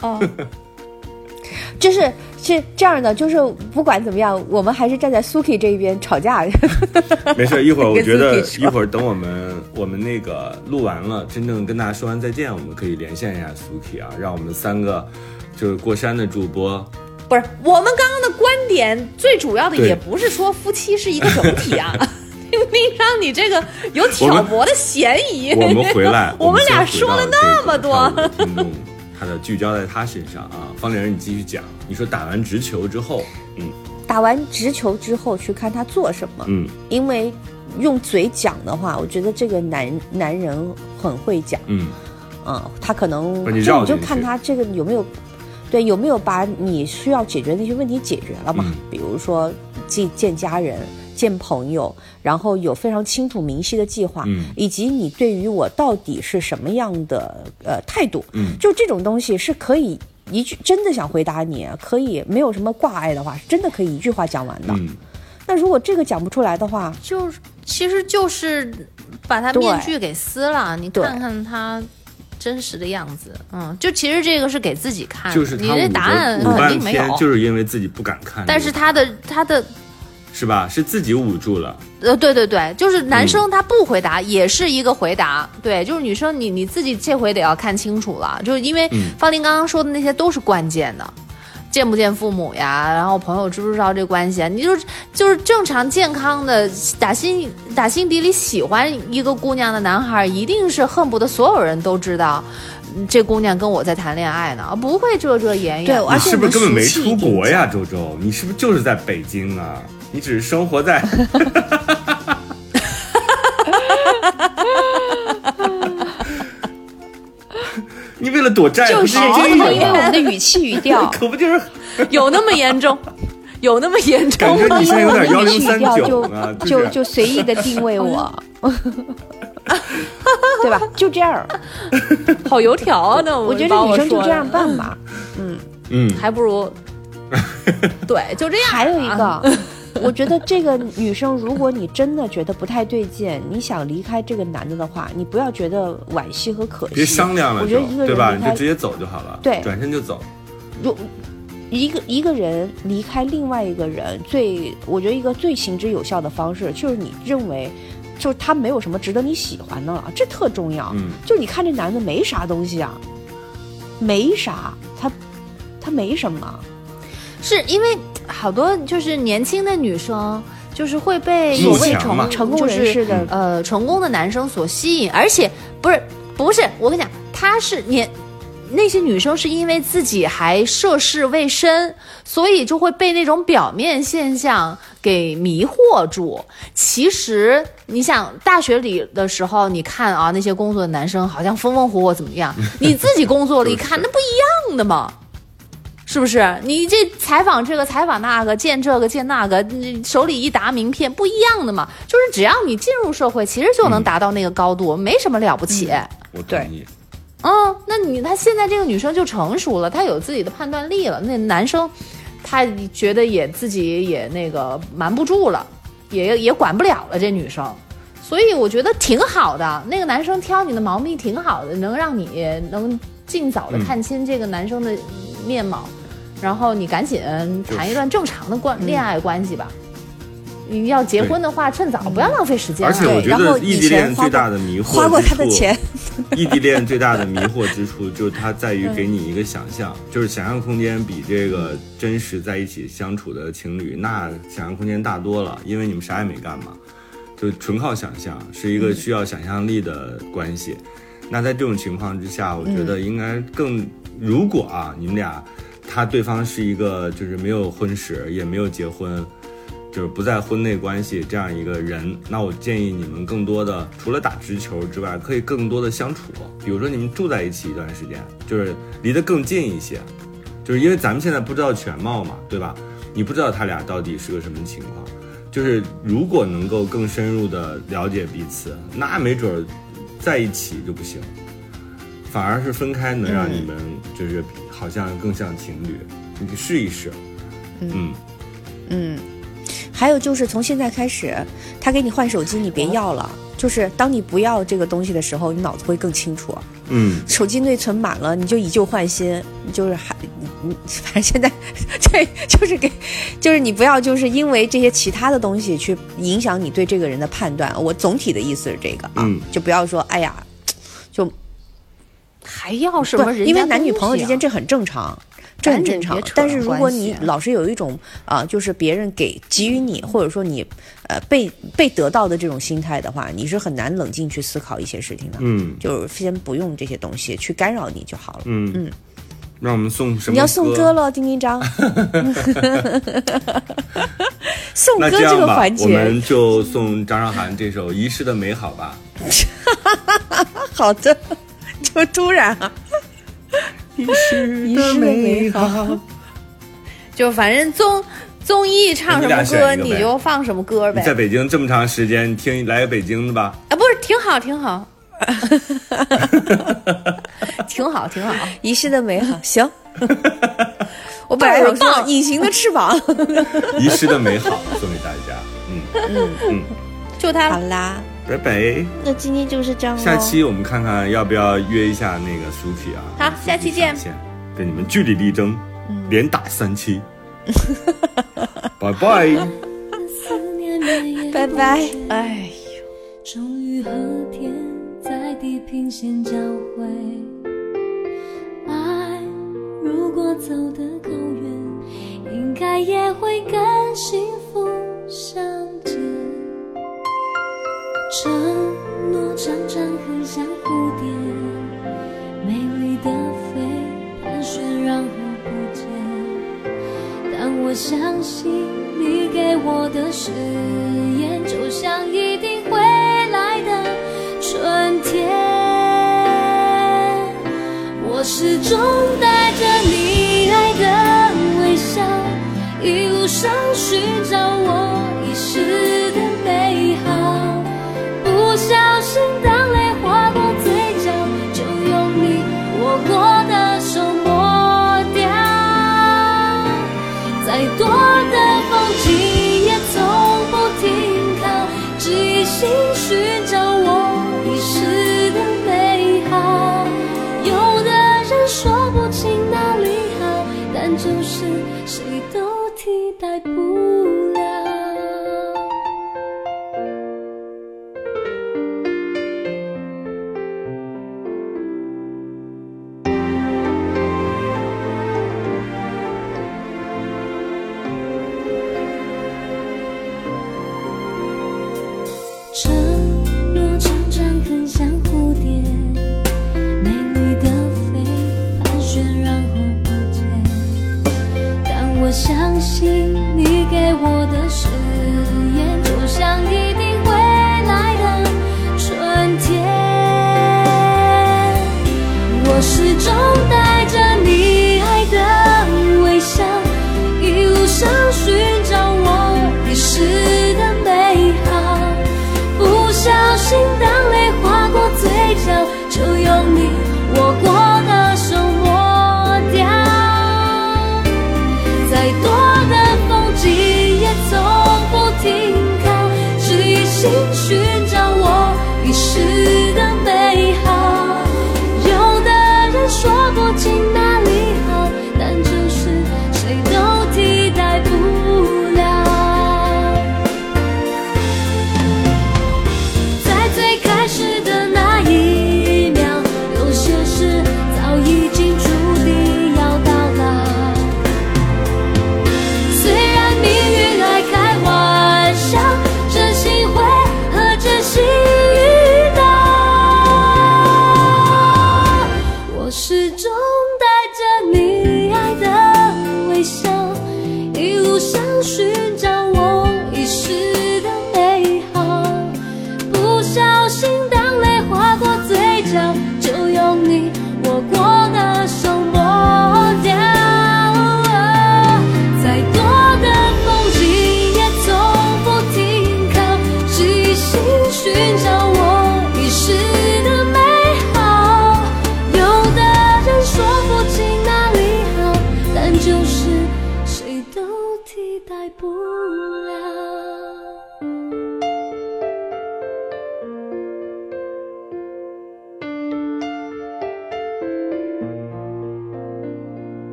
是这样的，就是不管怎么样，我们还是站在 Suki 这一边吵架。 没事，一会儿我觉得一会儿等我们那个录完了，真正跟大家说完再见，我们可以连线一下 Suki 啊，让我们3个就是过山的主播。 不是，我们刚刚的观点最主要的也不是说夫妻是一个整体啊，明明让你这个有挑拨的嫌疑。 我们回来， 我们俩说了那么多， 听众他的聚焦在他身上啊。方玲，你继续讲，你说打完直球之后， 打完直球之后去看他做什么，因为用嘴讲的话，我觉得这个男人很会讲，他可能你就看他这个有没有把你需要解决的那些问题解决了嘛？比如说见家人、见朋友，然后有非常清楚明晰的计划，以及你对于我到底是什么样的态度，就这种东西是可以一句真的想回答你，可以没有什么挂碍的话，真的可以一句话讲完的。那如果这个讲不出来的话， 其实就是把他面具给撕了，你看看他真实的样子，就其实这个是给自己看， 就是你这答案肯定没有， 就是因为自己不敢看， 但是他的是吧？是自己捂住了。 对，就是男生他不回答也是一个回答，对，就是女生你自己这回得要看清楚了，就是因为方玲刚刚说的那些都是关键的。见不见父母呀，然后朋友知不知道这关系啊？你就是正常健康的打心底里喜欢一个姑娘的男孩，一定是恨不得所有人都知道这姑娘跟我在谈恋爱呢，不会遮遮掩掩。 对， 你是不是根本没出国呀，周周？你是不是就是在北京啊？你只是生活在你为了躲债， 就是因为我们的语气语调， 可不就是有那么严重？有那么严重吗？感觉你现在有点 1039 啊， 就随意的定位我，对吧？就这样， 好油条啊！那我觉得女生就这样办吧， 还不如对，就这样。 还有一个。我觉得这个女生，如果你真的觉得不太对劲，你想离开这个男的的话，你不要觉得惋惜和可惜， 别商量了， 我觉得一个人对吧？你就直接走就好了， 对， 转身就走。 一个人离开另外一个人，我觉得一个最行之有效的方式，就是你认为，就是他没有什么值得你喜欢的了，这特重要。就你看这男的没啥东西啊，没啥，他没什么， 是因为。好多就是年轻的女生，就是会被所谓成功人士的成功的男生所吸引，而且不是，我跟你讲，他是那些女生是因为自己还涉世未深，所以就会被那种表面现象给迷惑住。其实你想大学里的时候，你看啊那些工作的男生好像风风火火怎么样，你自己工作了一看，那不一样的吗？是不是？你这采访这个采访那个，见这个见那个，手里一沓名片，不一样的嘛。就是只要你进入社会，其实就能达到那个高度，没什么了不起。 我同意。 他现在这个女生就成熟了，她有自己的判断力了。那男生，他觉得自己也那个瞒不住了，也管不了了这女生，所以我觉得挺好的。那个男生挑你的毛病挺好的，能让你能尽早的看清这个男生的面貌，然后你赶紧谈一段正常的恋爱关系吧。你要结婚的话，趁早，不要浪费时间。 而且我觉得异地恋最大的迷惑之处， 花过他的钱。 异地恋最大的迷惑之处就是它在于给你一个想象，就是想象空间比这个真实在一起相处的情侣那想象空间大多了，因为你们啥也没干嘛，就纯靠想象，是一个需要想象力的关系。那在这种情况之下，我觉得应该如果你们俩对方是一个就是没有婚史也没有结婚，就是不在婚内关系这样一个人，那我建议你们更多的除了打直球之外，可以更多的相处。比如说你们住在一起一段时间，就是离得更近一些，就是因为咱们现在不知道全貌嘛，对吧？你不知道他俩到底是个什么情况，就是如果能够更深入的了解彼此，那没准在一起就不行，反而是分开能让你们就是好像更像情侣，你试一试。 还有就是从现在开始，他给你换手机，你别要了。就是当你不要这个东西的时候，你脑子会更清楚。手机内存满了，你就以旧换新，就是反正现在对，就是你不要就是因为这些其他的东西去影响你对这个人的判断。我总体的意思是这个就不要说哎呀，就还要什么人家， 因为男女朋友之间这很正常。这很正常，但是如果你老是有一种就是别人给予你，或者说你被得到的这种心态的话，你是很难冷静去思考一些事情的。就是先不用这些东西去干扰你就好了。 让我们送什么歌？ 你要送歌了，丁丁张。送歌这个环节， 我们就送张韶涵这首《遗失的美好》吧。 好的，就突然遗失的美好， 就反正综艺唱什么歌你就放什么歌呗。 你在北京这么长时间，你来个北京的吧？ 不是，挺好，挺好，挺好，挺好。 遗失的美好，行。我本来想说隐形的翅膀， 遗失的美好送给大家。 就他好啦。 拜拜， 那今天就是这样下期我们看看要不要约一下那个苏菲啊。 好，下期见， 跟你们据理力争，连打3期。拜拜， 拜拜。 哎呦， 终于和天在地平线交汇，爱如果走得够远，应该也会跟幸福相见。承诺常常很像蝴蝶，美丽的飞，盘旋然后不见。但我相信你给我的誓言，就像一定会来的春天。我始终带着你爱的微笑，一路上寻找我遗失的美好。不小心当泪划过嘴角，就用你握过的手抹掉。再多的风景也从不停靠，只一心寻找我遗失的美好。有的人说不清哪里好，但就是谁都替代不了。承诺常常很像蝴蝶，美丽的飞，盘旋然后不见。但我相信你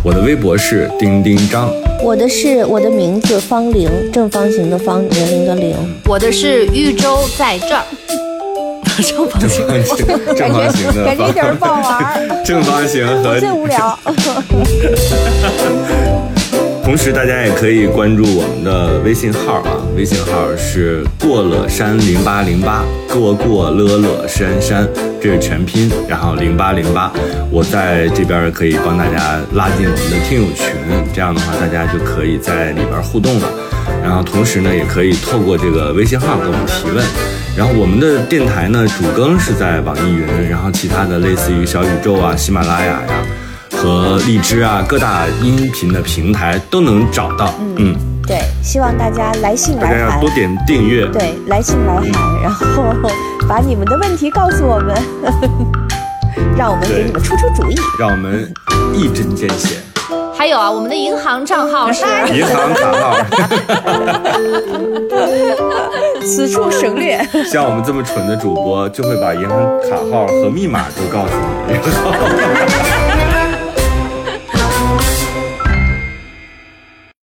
我的微博是丁丁张， 我的是我的名字方玲，正方形的方，年龄的龄。 我的是豫州在这儿。正方形的感觉有点不好玩。 正方形和真无聊。 同时大家也可以关注我们的微信号啊，微信号是过了山0808，过了山山，这是全拼，然后0808。我在这边可以帮大家拉进我们的听友群，这样的话大家就可以在里边互动了。然后同时呢，也可以透过这个微信号给我们提问。然后我们的电台呢，主更是在网易云，然后其他的类似于小宇宙啊、喜马拉雅呀和荔枝啊，各大音频的平台都能找到。 对，希望大家来信来函， 大家要多点订阅。 对，来信来函，然后把你们的问题告诉我们，让我们给你们出主意， 让我们一针见血。 还有啊，我们的银行账号是银行卡号， 此处省略。 像我们这么蠢的主播，就会把银行卡号和密码都告诉你。